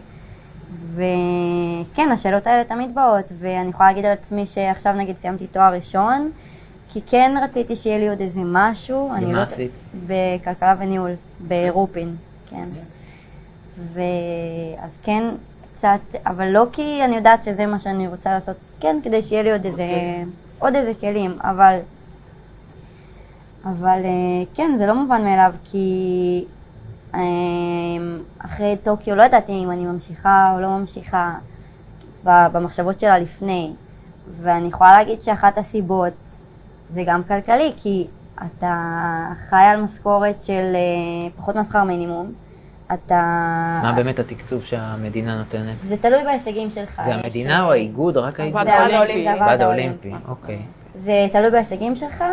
וכן, השאלות האלה תמיד באות, ואני יכולה להגיד על עצמי שעכשיו נגיד סיימתי תואר ראשון, כי כן רציתי שיהיה לי עוד איזה משהו. ומה עשית? בכלכלה וניהול, ברופין, כן. ואז כן, קצת, אבל לא כי אני יודעת שזה מה שאני רוצה לעשות, כן, כדי שיהיה לי עוד איזה כלים, אבל כן, זה לא מובן מאליו, כי אחרי טוקיו לא ידעתי אם אני ממשיכה או לא ממשיכה במחשבות שלה לפני, ואני יכולה להגיד שאחת הסיבות זה גם כלכלי, כי אתה חי על משכורת של פחות משכר מינימום. מה באמת התקצוב שהמדינה נותנת? זה תלוי בהישגים שלך. זה המדינה או האיגוד או רק האיגוד? הוועד האולימפי, אוקיי. זה תלוי בהישגים שלך.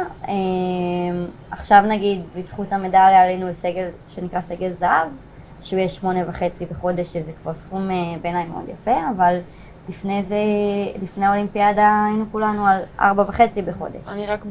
עכשיו נגיד, בזכות המדליה עלינו לסגל שנקרא סגל זהב, שהוא יהיה 8.5 בחודש, שזה כבר סכום בעיניי מאוד יפה, אבל לפני זה, לפני האולימפיאדה היינו כולנו על 4.5 בחודש. אני רק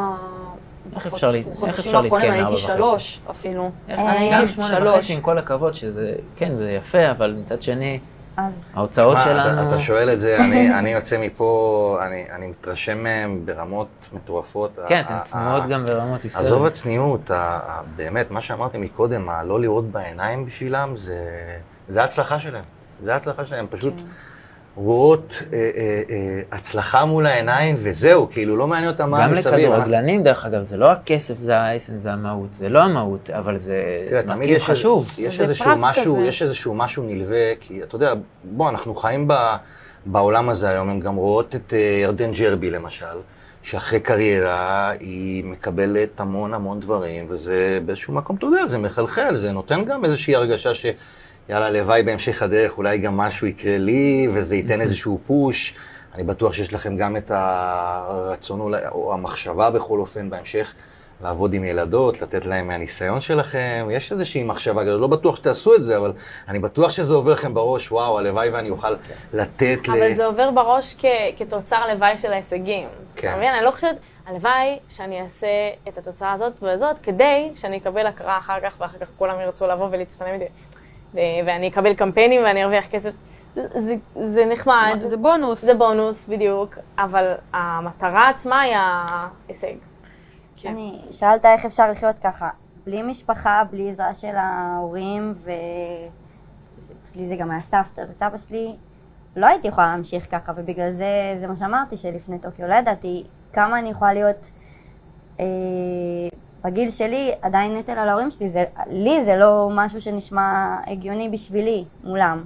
בחודשים האחרונים הייתי 3 אפילו. אני הייתי 8.5 עם כל הכבוד שזה, כן, זה יפה, אבל מצד שני, ההוצאות שלנו... אתה שואל את זה, אני יוצא מפה, אני מתרשם מהם ברמות מטורפות. כן, אתן צנועות גם ברמות היסטריות. עזוב הצניעות, באמת, מה שאמרתי מקודם, לא לראות בעיניים בשבילם, זה ההצלחה שלהם. זה ההצלחה שלהם, פשוט רואות הצלחה מול העיניים וזהו, כאילו לא מעניין אותם מה מסביב. גם לכדורגלנים, דרך אגב, זה לא הכסף, זה האסן, זה המהות, זה לא המהות, אבל זה מרכיב חשוב. יש איזשהו משהו נלווה, כי אתה יודע, בוא, אנחנו חיים בעולם הזה היום, הם גם רואות את ירדן ג'רבי למשל, שאחרי קריירה היא מקבלת המון דברים, וזה באיזשהו מקום, אתה יודע, זה מחלחל, זה נותן גם איזושהי הרגשה יאללה, לוואי בהמשך הדרך, אולי גם משהו יקרה לי, וזה ייתן איזשהו פוש. אני בטוח שיש לכם גם את הרצון, או המחשבה בכל אופן בהמשך, לעבוד עם ילדות, לתת להם מהניסיון שלכם. יש איזושהי מחשבה, לא בטוח שתעשו את זה, אבל אני בטוח שזה עובר לכם בראש, וואו, הלוואי ואני אוכל לתת אבל זה עובר בראש כתוצר לוואי של ההישגים. כן. אתה מבין? אני לא חושבת, הלוואי שאני אעשה את התוצאה הזאת והזאת, כדי שאני אקבל הכרה אחר כך, ואחר כך כולם ירצו לבוא ולהצטלם איתי. ואני אקבל קמפיינים ואני ארוויח כסף, זה נחמד. זה בונוס. זה בונוס, בדיוק, אבל המטרה עצמה היא ההישג. אני שאלת איך אפשר לחיות ככה, בלי משפחה, בלי עזרה של ההורים, ואצלי זה גם היה סבתא וסבא שלי, לא הייתי יכולה להמשיך ככה, ובגלל זה מה שאמרתי, שלפני טוקיו לא ידעתי כמה אני יכולה להיות בגיל שלי עדיין נטל על ההורים שלי, לי זה לא משהו שנשמע הגיוני בשבילי מולם.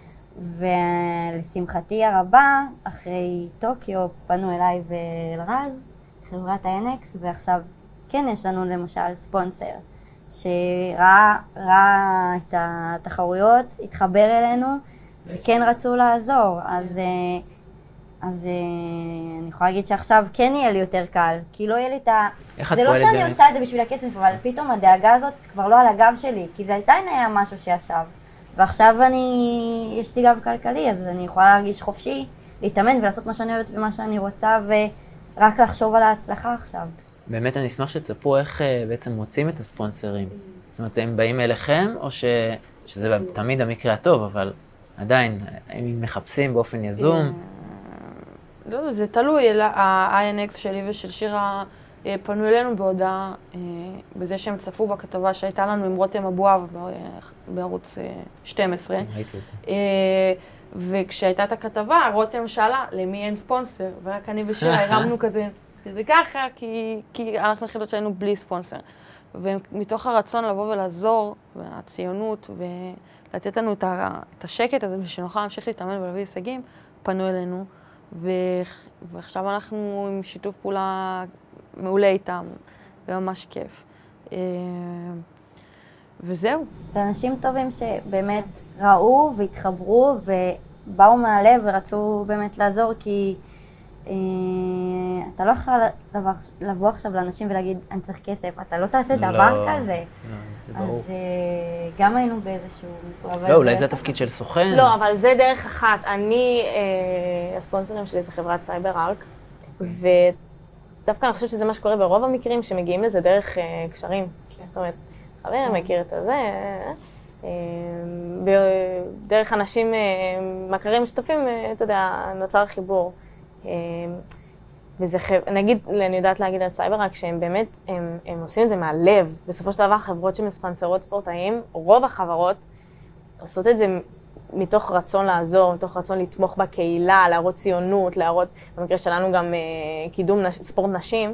ולשמחתי הרבה, אחרי טוקיו פנו אליי ואלרז, חברת האנקס, ועכשיו כן יש לנו למשל ספונסר, שראה את התחרויות, התחבר אלינו, וכן רצו לעזור. אז אני יכולה להגיד שעכשיו כן יהיה לי יותר קל, כי לא יהיה לי את זה לא שאני עושה את זה בשביל הכסף, אבל פתאום הדאגה הזאת כבר לא על הגב שלי, כי זה עדיין היה משהו שישב. ועכשיו יש לי גב כלכלי, אז אני יכולה להרגיש חופשי, להתאמן ולעשות מה שאני אוהבת ומה שאני רוצה, ורק לחשוב על ההצלחה עכשיו. באמת אני אשמח שתספרו איך בעצם מוצאים את הספונסרים. זאת אומרת, הם באים אליכם, או שזה תמיד המקרה הטוב, אבל עדיין, הם מחפשים באופן יזום. לא, זה תלוי, ה-INX שלי ושל שירה פנו אלינו בהודעה בזה שהם צפו בכתבה שהייתה לנו עם רותם אבואב בערוץ 12. ראיתי את זה. וכשהייתה את הכתבה, רותם שאלה למי אין ספונסר, ורק אני ושירה הרמנו כזה ככה, כי אנחנו יחידות שהיינו בלי ספונסר. ומתוך הרצון לבוא ולעזור, והציונות, ולתת לנו את השקט הזה, ושנוכל להמשיך להתאמן ולהביא הישגים, פנו אלינו. ועכשיו אנחנו עם שיתוף פעולה מעולה איתם, וממש כיף. וזהו. זה אנשים טובים שבאמת ראו והתחברו באו מהלב ורצו באמת לעזור, כי אתה לא יכול לבוא עכשיו לאנשים ולהגיד, אני צריך כסף, אתה לא תעשה דבר כזה. זה ברור. אז גם היינו באיזשהו... לא, אולי זה התפקיד של סוכן. לא, אבל זה דרך אחת. הספונסרים שלי זה חברת סייבר-ארק, ודווקא אני חושבת שזה מה שקורה ברוב המקרים, שמגיעים לזה דרך קשרים. זאת אומרת, חבר מכיר את הזה, ודרך אנשים מכרים משותפים, אתה יודע, נוצר חיבור. וזה, נגיד, אני יודעת להגיד על סייבר-ארק שהם באמת, הם עושים את זה מהלב. בסופו של דבר, חברות שמספונסרות ספורטאים, רוב החברות עושות את זה מתוך רצון לעזור, מתוך רצון לתמוך בקהילה, להראות ציונות, להראות, במקרה שלנו גם קידום ספורט נשים.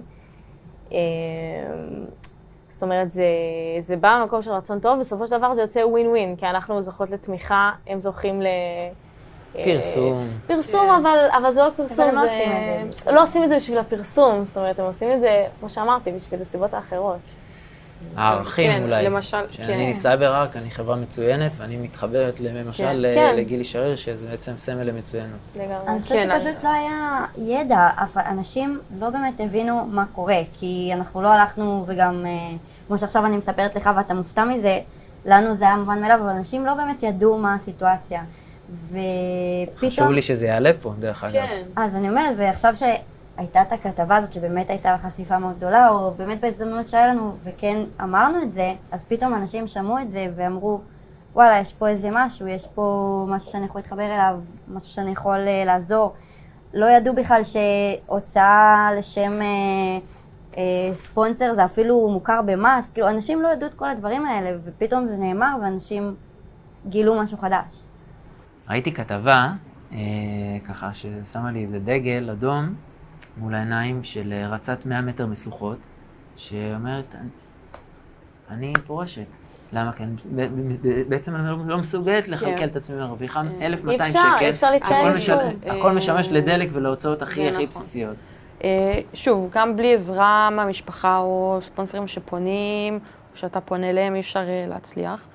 זאת אומרת, זה בא במקום של רצון טוב, בסופו של דבר זה יוצא ווין ווין, כי אנחנו זוכות לתמיכה, הם זוכים פרסום. פרסום, אבל זה לא פרסום, לא עושים את זה בשביל הפרסום, זאת אומרת, הם עושים את זה, כמו שאמרתי, בשביל הסיבות האחרות. הערכים אולי. למשל, שאני סייבר-ארק, אני חברה מצוינת, ואני מתחברת למשל לגילי שריר, שזה בעצם סמל למצוינות. אני חושבת שפשוט לא היה ידע, אבל אנשים לא באמת הבינו מה קורה, כי אנחנו לא הלכנו, וגם כמו שעכשיו אני מספרת לך ואתה מופתע מזה, לנו זה היה מובן מאליו, אבל אנשים לא באמת ידעו מה הסיטואציה. ופתאום... חשוב לי שזה יעלה פה, דרך אגב. אז אני אומרת, ועכשיו שהייתה את הכתבה הזאת, שבאמת הייתה לה חשיפה מאוד גדולה, או באמת בהזדמנות שהיה לנו, וכן אמרנו את זה, אז פתאום אנשים שמעו את זה ואמרו, וואלה, יש פה איזה משהו, יש פה משהו שאני יכול להתחבר אליו, משהו שאני יכול לעזור. לא ידעו בכלל שהוצאה לשם ספונסר זה אפילו מוכר במס, כאילו אנשים לא ידעו את כל הדברים האלה, ופתאום זה נאמר ואנשים גילו משהו חדש. ראיתי כתבה, ככה ששמה לי איזה דגל אדום מול העיניים של רצת 100 מטר משוכות, שאומרת, אני פורשת. למה? כי בעצם אני לא מסוגלת לכלכל את עצמי, מרוויחה 1,200 שקל. אי אפשר להתקיים שוב. הכל משמש לדלק ולהוצאות הכי בסיסיות. שוב, גם בלי עזרה מהמשפחה או ספונסרים שפונים, או שאתה פונה אליהם, אי אפשר להצליח.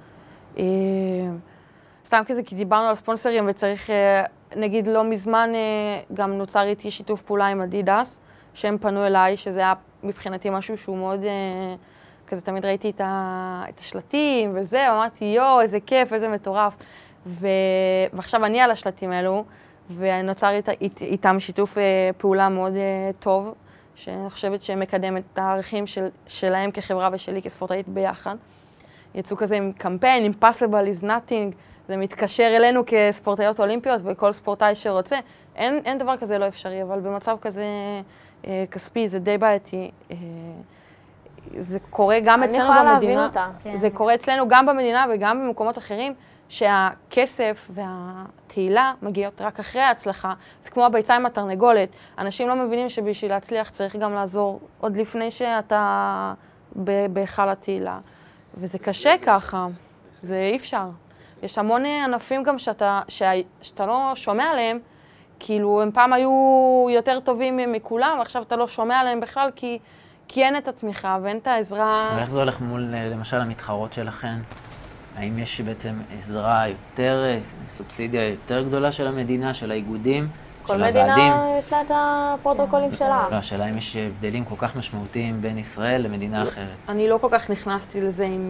סתם כזה, כי דיברנו על ספונסרים וצריך, נגיד לא מזמן, גם נוצר איתי שיתוף פעולה עם אדידס, שהם פנו אליי, שזה היה מבחינתי משהו שהוא מאוד, כזה תמיד ראיתי את השלטים וזה, אמרתי, יו, איזה כיף, איזה מטורף. ועכשיו אני על השלטים האלו, ונוצר איתם שיתוף פעולה מאוד טוב, שאני חושבת שמקדם את הערכים שלהם כחברה ושלי כספורטאית ביחד. יצאו כזה עם קמפיין, Impossible is nothing, זה מתקשר אלינו כספורטאיות אולימפיות, וכל ספורטאי שרוצה. אין דבר כזה לא אפשרי, אבל במצב כזה כספי, זה די בעייתי. זה קורה גם אצלנו במדינה. אני יכולה להבין אותה. זה קורה אצלנו גם במדינה וגם במקומות אחרים, שהכסף והתהילה מגיעות רק אחרי ההצלחה. זה כמו הביצה עם התרנגולת. אנשים לא מבינים שבשביל להצליח צריך גם לעזור עוד לפני שאתה בהיכל התהילה. וזה קשה ככה, זה אי אפשר. יש המון ענפים גם שאתה לא שומע עליהם, כאילו הם פעם היו יותר טובים מכולם, עכשיו אתה לא שומע עליהם בכלל, כי אין את התמיכה ואין את העזרה. ואיך זה הולך מול, למשל, המתחרות שלכם? האם יש בעצם עזרה יותר, סובסידיה יותר גדולה של המדינה, של האיגודים, של הוועדים? כל מדינה יש לה את הפרוטוקולים שלה. לא, השאלה אם יש הבדלים כל כך משמעותיים בין ישראל למדינה אחרת. אני לא כל כך נכנסתי לזה עם...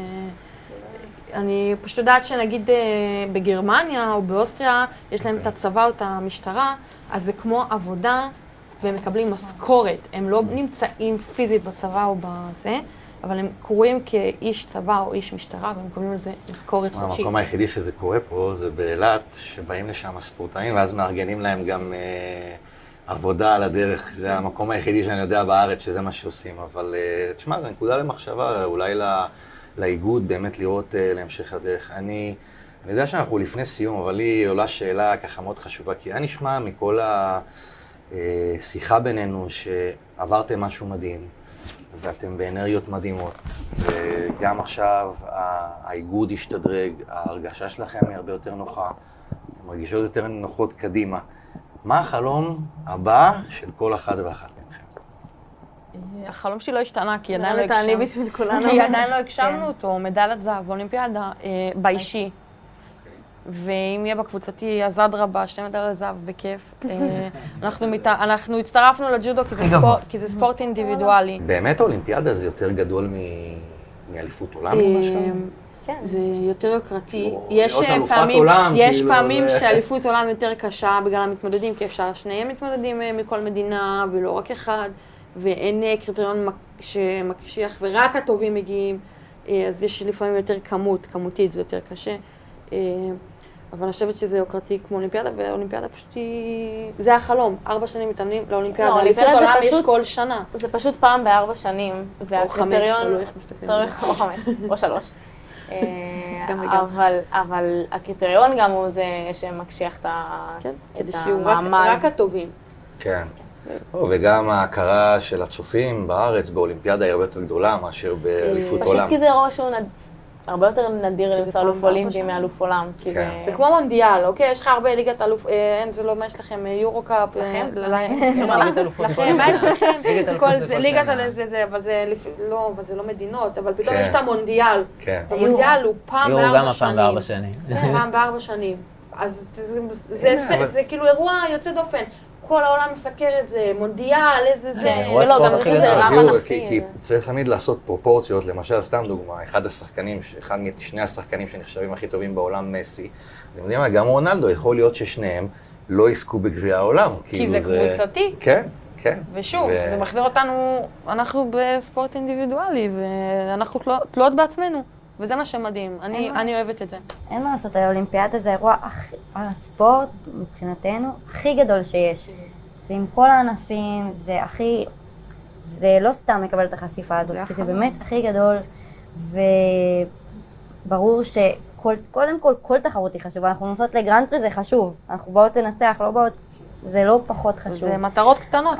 אני פשוט יודעת שנגיד בגרמניה או באוסטריה, יש להם את הצבא או את המשטרה, אז זה כמו עבודה והם מקבלים משכורת. הם לא נמצאים פיזית בצבא או בזה, אבל הם קרויים כאיש צבא או איש משטרה, והם מקבלים על זה משכורת חודשית. המקום היחידי שזה קורה פה זה באילת, שבאים לשם הספורטאים, ואז מארגנים להם גם עבודה על הדרך. זה המקום היחידי שאני יודע בארץ שזה מה שעושים, אבל תשמע, זה נקודה למחשבה, אולי לאיגוד באמת לראות להמשך הדרך. אני יודע שאנחנו לפני סיום, אבל לי עולה שאלה ככה מאוד חשובה, כי היה נשמע מכל השיחה בינינו שעברתם משהו מדהים, ואתם באנרגיות מדהימות, וגם עכשיו האיגוד השתדרג, ההרגשה שלכם היא הרבה יותר נוחה, אתם מרגישות יותר נוחות קדימה. מה החלום הבא של כל אחד ואחת מכם? החלום שלי לא השתנה, כי עדיין לא הגשמנו אותו, מדליית זהב, אולימפיאדה, באישי. ואם יהיה בקבוצתי, אז אדרבה, 2 מדליות זהב, בכיף. אנחנו הצטרפנו לג'ודו כי זה ספורט אינדיבידואלי. באמת האולימפיאדה זה יותר גדול מאליפות עולם למשל? זה יותר יוקרתי. יש פעמים שאליפות עולם יותר קשה בגלל המתמודדים, כי אפשר שניהם מתמודדים מכל מדינה ולא רק אחד, ואין קריטריון שמקשיח ורק הטובים מגיעים, אז יש לפעמים יותר כמותית, זה יותר קשה. אבל אני חושבת שזה יוקרתי כמו אולימפיאדה, והאולימפיאדה פשוט היא... זה החלום, 4 שנים מתאמנים לאולימפיאדה. אליפות עולם יש כל שנה. זה פשוט פעם ב4 שנים, או 5, תלוי איך מסתכלים. או 5, או 3. אבל הקריטריון גם הוא זה שמקשיח את המעמד. רק הטובים. כן. וגם ההכרה של הצופים בארץ באולימפיאדה היא הרבה יותר גדולה מאשר באליפות עולם. פשוט כי זה אירוע שהוא הרבה יותר נדיר למצוא אלוף אולימפי מאלוף עולם. זה כמו מונדיאל, אוקיי? יש לך הרבה ליגת אלוף, אין, זה לא, מה יש לכם? יורו-קאפ? לכם? לכם, מה יש לכם? ליגת על זה, אבל זה לא מדינות, אבל פתאום יש את המונדיאל. המונדיאל הוא פעם ב4 שנים. פעם ב4 שנים. אז זה כאילו אירוע יוצא דופן. כל העולם מסקר את זה, מונדיאל, איזה זה. לא, גם זה רב ענפי. כי צריך תמיד לעשות פרופורציות, למשל, סתם דוגמה, אחד משני השחקנים שנחשבים הכי טובים בעולם, מסי, אתם יודעים מה, גם רונלדו, יכול להיות ששניהם לא יזכו בגביע העולם. כי זה קבוצתי. כן, כן. ושוב, זה מחזיר אותנו, אנחנו בספורט אינדיבידואלי, ואנחנו תלויות בעצמנו. וזה מה שמדהים, אני אוהבת את זה. אין מה לעשות, האולימפיאדה זה האירוע, הספורט מבחינתנו הכי גדול שיש. זה עם כל הענפים, זה לא סתם מקבל את החשיפה הזאת, כי זה באמת הכי גדול, וברור שקודם כל תחרות היא חשובה, אנחנו נוסעות לגרנד פרי, זה חשוב, אנחנו באות לנצח, לא באות, זה לא פחות חשוב. זה מטרות קטנות.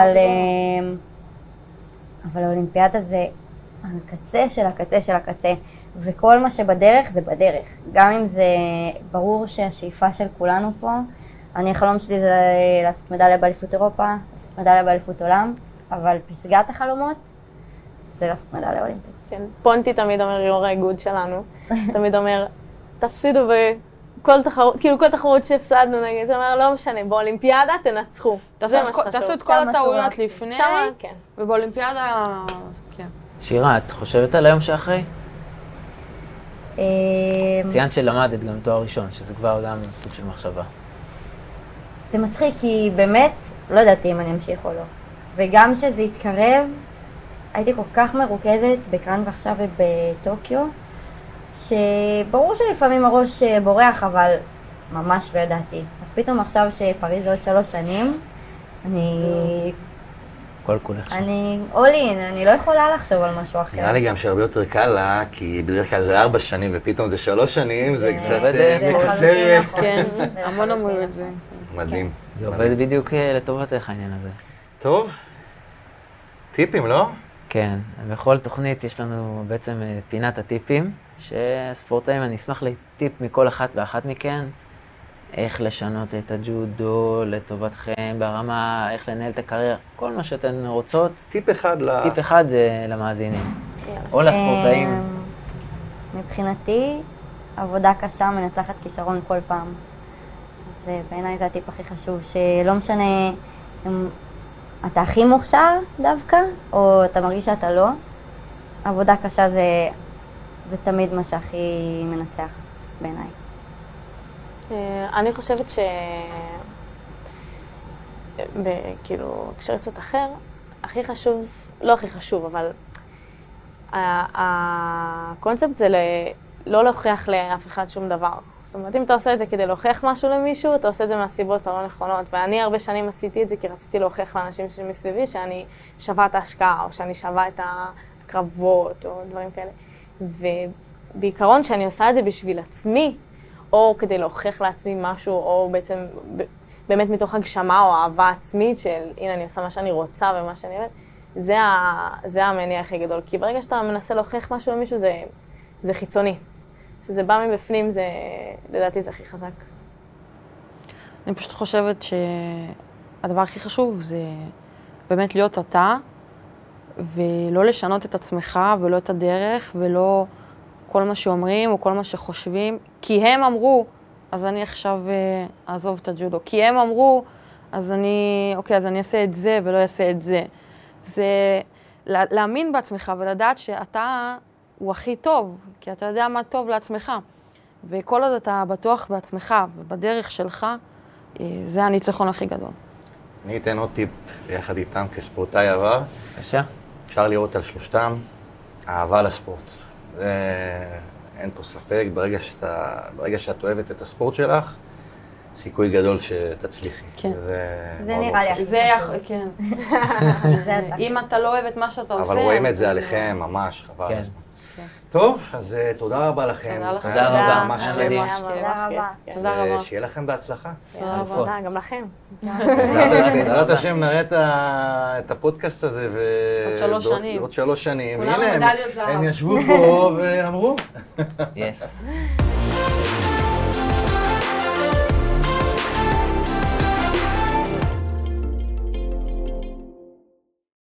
אבל האולימפיאדה זה הקצה של הקצה של הקצה. וכל מה שבדרך זה בדרך. גם אם זה ברור שהשאיפה של כולנו פה, החלום שלי זה לעשות מדליה באליפות אירופה, לעשות מדליה באליפות עולם, אבל פסגת החלומות זה לעשות מדליה אולימפית. כן, פונטי תמיד אומר, יו"ר האיגוד שלנו, תמיד אומר, תפסידו בכל תחרות, כאילו כל תחרות שהפסדנו נגיד, זה אומר, לא משנה, באולימפיאדה תנצחו. תעשו את כל הטעויות לפני, ובאולימפיאדה, כן. שירה, את חושבת על היום שאחרי? ציינת שלמדת גם תואר ראשון, שזה כבר גם סוג של מחשבה. זה מצחיק, כי באמת לא ידעתי אם אני אמשיך או לא. וגם שזה התקרב, הייתי כל כך מרוכזת בקראן ועכשיו ובטוקיו, שברור שלפעמים הראש בורח, אבל ממש לא ידעתי. אז פתאום עכשיו שפריז עוד 3 שנים, כל כולך שם. אני לא יכולה לחשוב על משהו אחר. נראה לי גם שהרבה יותר קל לה, כי בדרך כלל זה 4 שנים ופתאום זה 3 שנים, זה קצת מקצר. כן, המון אומרים את זה. מדהים. זה עובד בדיוק לטובתך העניין הזה. טוב, טיפים, לא? כן, בכל תוכנית יש לנו בעצם פינת הטיפים, שספורטאים, אני אשמח לטיפ מכל אחת ואחת מכן, איך לשנות את הג'ודו לטובתכם ברמה, איך לנהל את הקריירה, כל מה שאתן רוצות. טיפ אחד למאזינים, או לספורטאים. מבחינתי, עבודה קשה מנצחת כישרון כל פעם. אז בעיניי זה הטיפ הכי חשוב, שלא משנה אם אתה הכי מוכשר דווקא, או אתה מרגיש שאתה לא, עבודה קשה זה תמיד מה שהכי מנצח בעיניי. אני חושבת כאילו, הקשר קצת אחר, הכי חשוב, לא הכי חשוב, אבל הקונספט זה לא להוכיח לאף אחד שום דבר. זאת אומרת, אם אתה עושה את זה כדי להוכיח משהו למישהו, אתה עושה את זה מהסיבות הלא נכונות. ואני הרבה שנים עשיתי את זה כי רציתי להוכיח לאנשים שמסביבי שאני שווה את ההשקעה, או שאני שווה את הקרבות, או דברים כאלה. ובעיקרון שאני עושה את זה בשביל עצמי, או כדי להוכיח לעצמי משהו, או בעצם באמת מתוך הגשמה או אהבה עצמית של הנה אני עושה מה שאני רוצה ומה שאני אוהבת, זה המניע הכי גדול. כי ברגע שאתה מנסה להוכיח משהו למישהו זה חיצוני. כשזה בא מבפנים, לדעתי זה הכי חזק. אני פשוט חושבת שהדבר הכי חשוב זה באמת להיות אתה, ולא לשנות את עצמך ולא את הדרך ולא כל מה שאומרים או כל מה שחושבים, כי הם אמרו אז אני עכשיו אעזוב את הג'ודו. כי הם אמרו, אז אני אעשה את זה ולא אעשה את זה. זה להאמין בעצמך ולדעת שאתה הוא הכי טוב, כי אתה יודע מה טוב לעצמך. וכל עוד אתה בטוח בעצמך ובדרך שלך, זה הניצחון הכי גדול. אני אתן עוד טיפ יחד איתם כספורטאי עבר. בבקשה. אפשר לראות על שלושתם אהבה לספורט. אין פה ספק, ברגע שאת אוהבת את הספורט שלך, סיכוי גדול שתצליחי. כן. זה נראה לי. זה כן. אם אתה לא אוהב את מה שאתה עושה... אבל רואים את זה עליכם, ממש, חבל כן. הזמן. טוב, אז תודה רבה לכם. תודה לכם. תודה רבה. ממש היה כיף. תודה רבה. תודה רבה. שיהיה לכם בהצלחה. תודה רבה. תודה, גם לכם. בעזרת השם נראה את הפודקאסט הזה עוד 3 שנים. עוד 3 שנים. כולנו והנה, מדליות זהב. הם ישבו פה ואמרו. יס.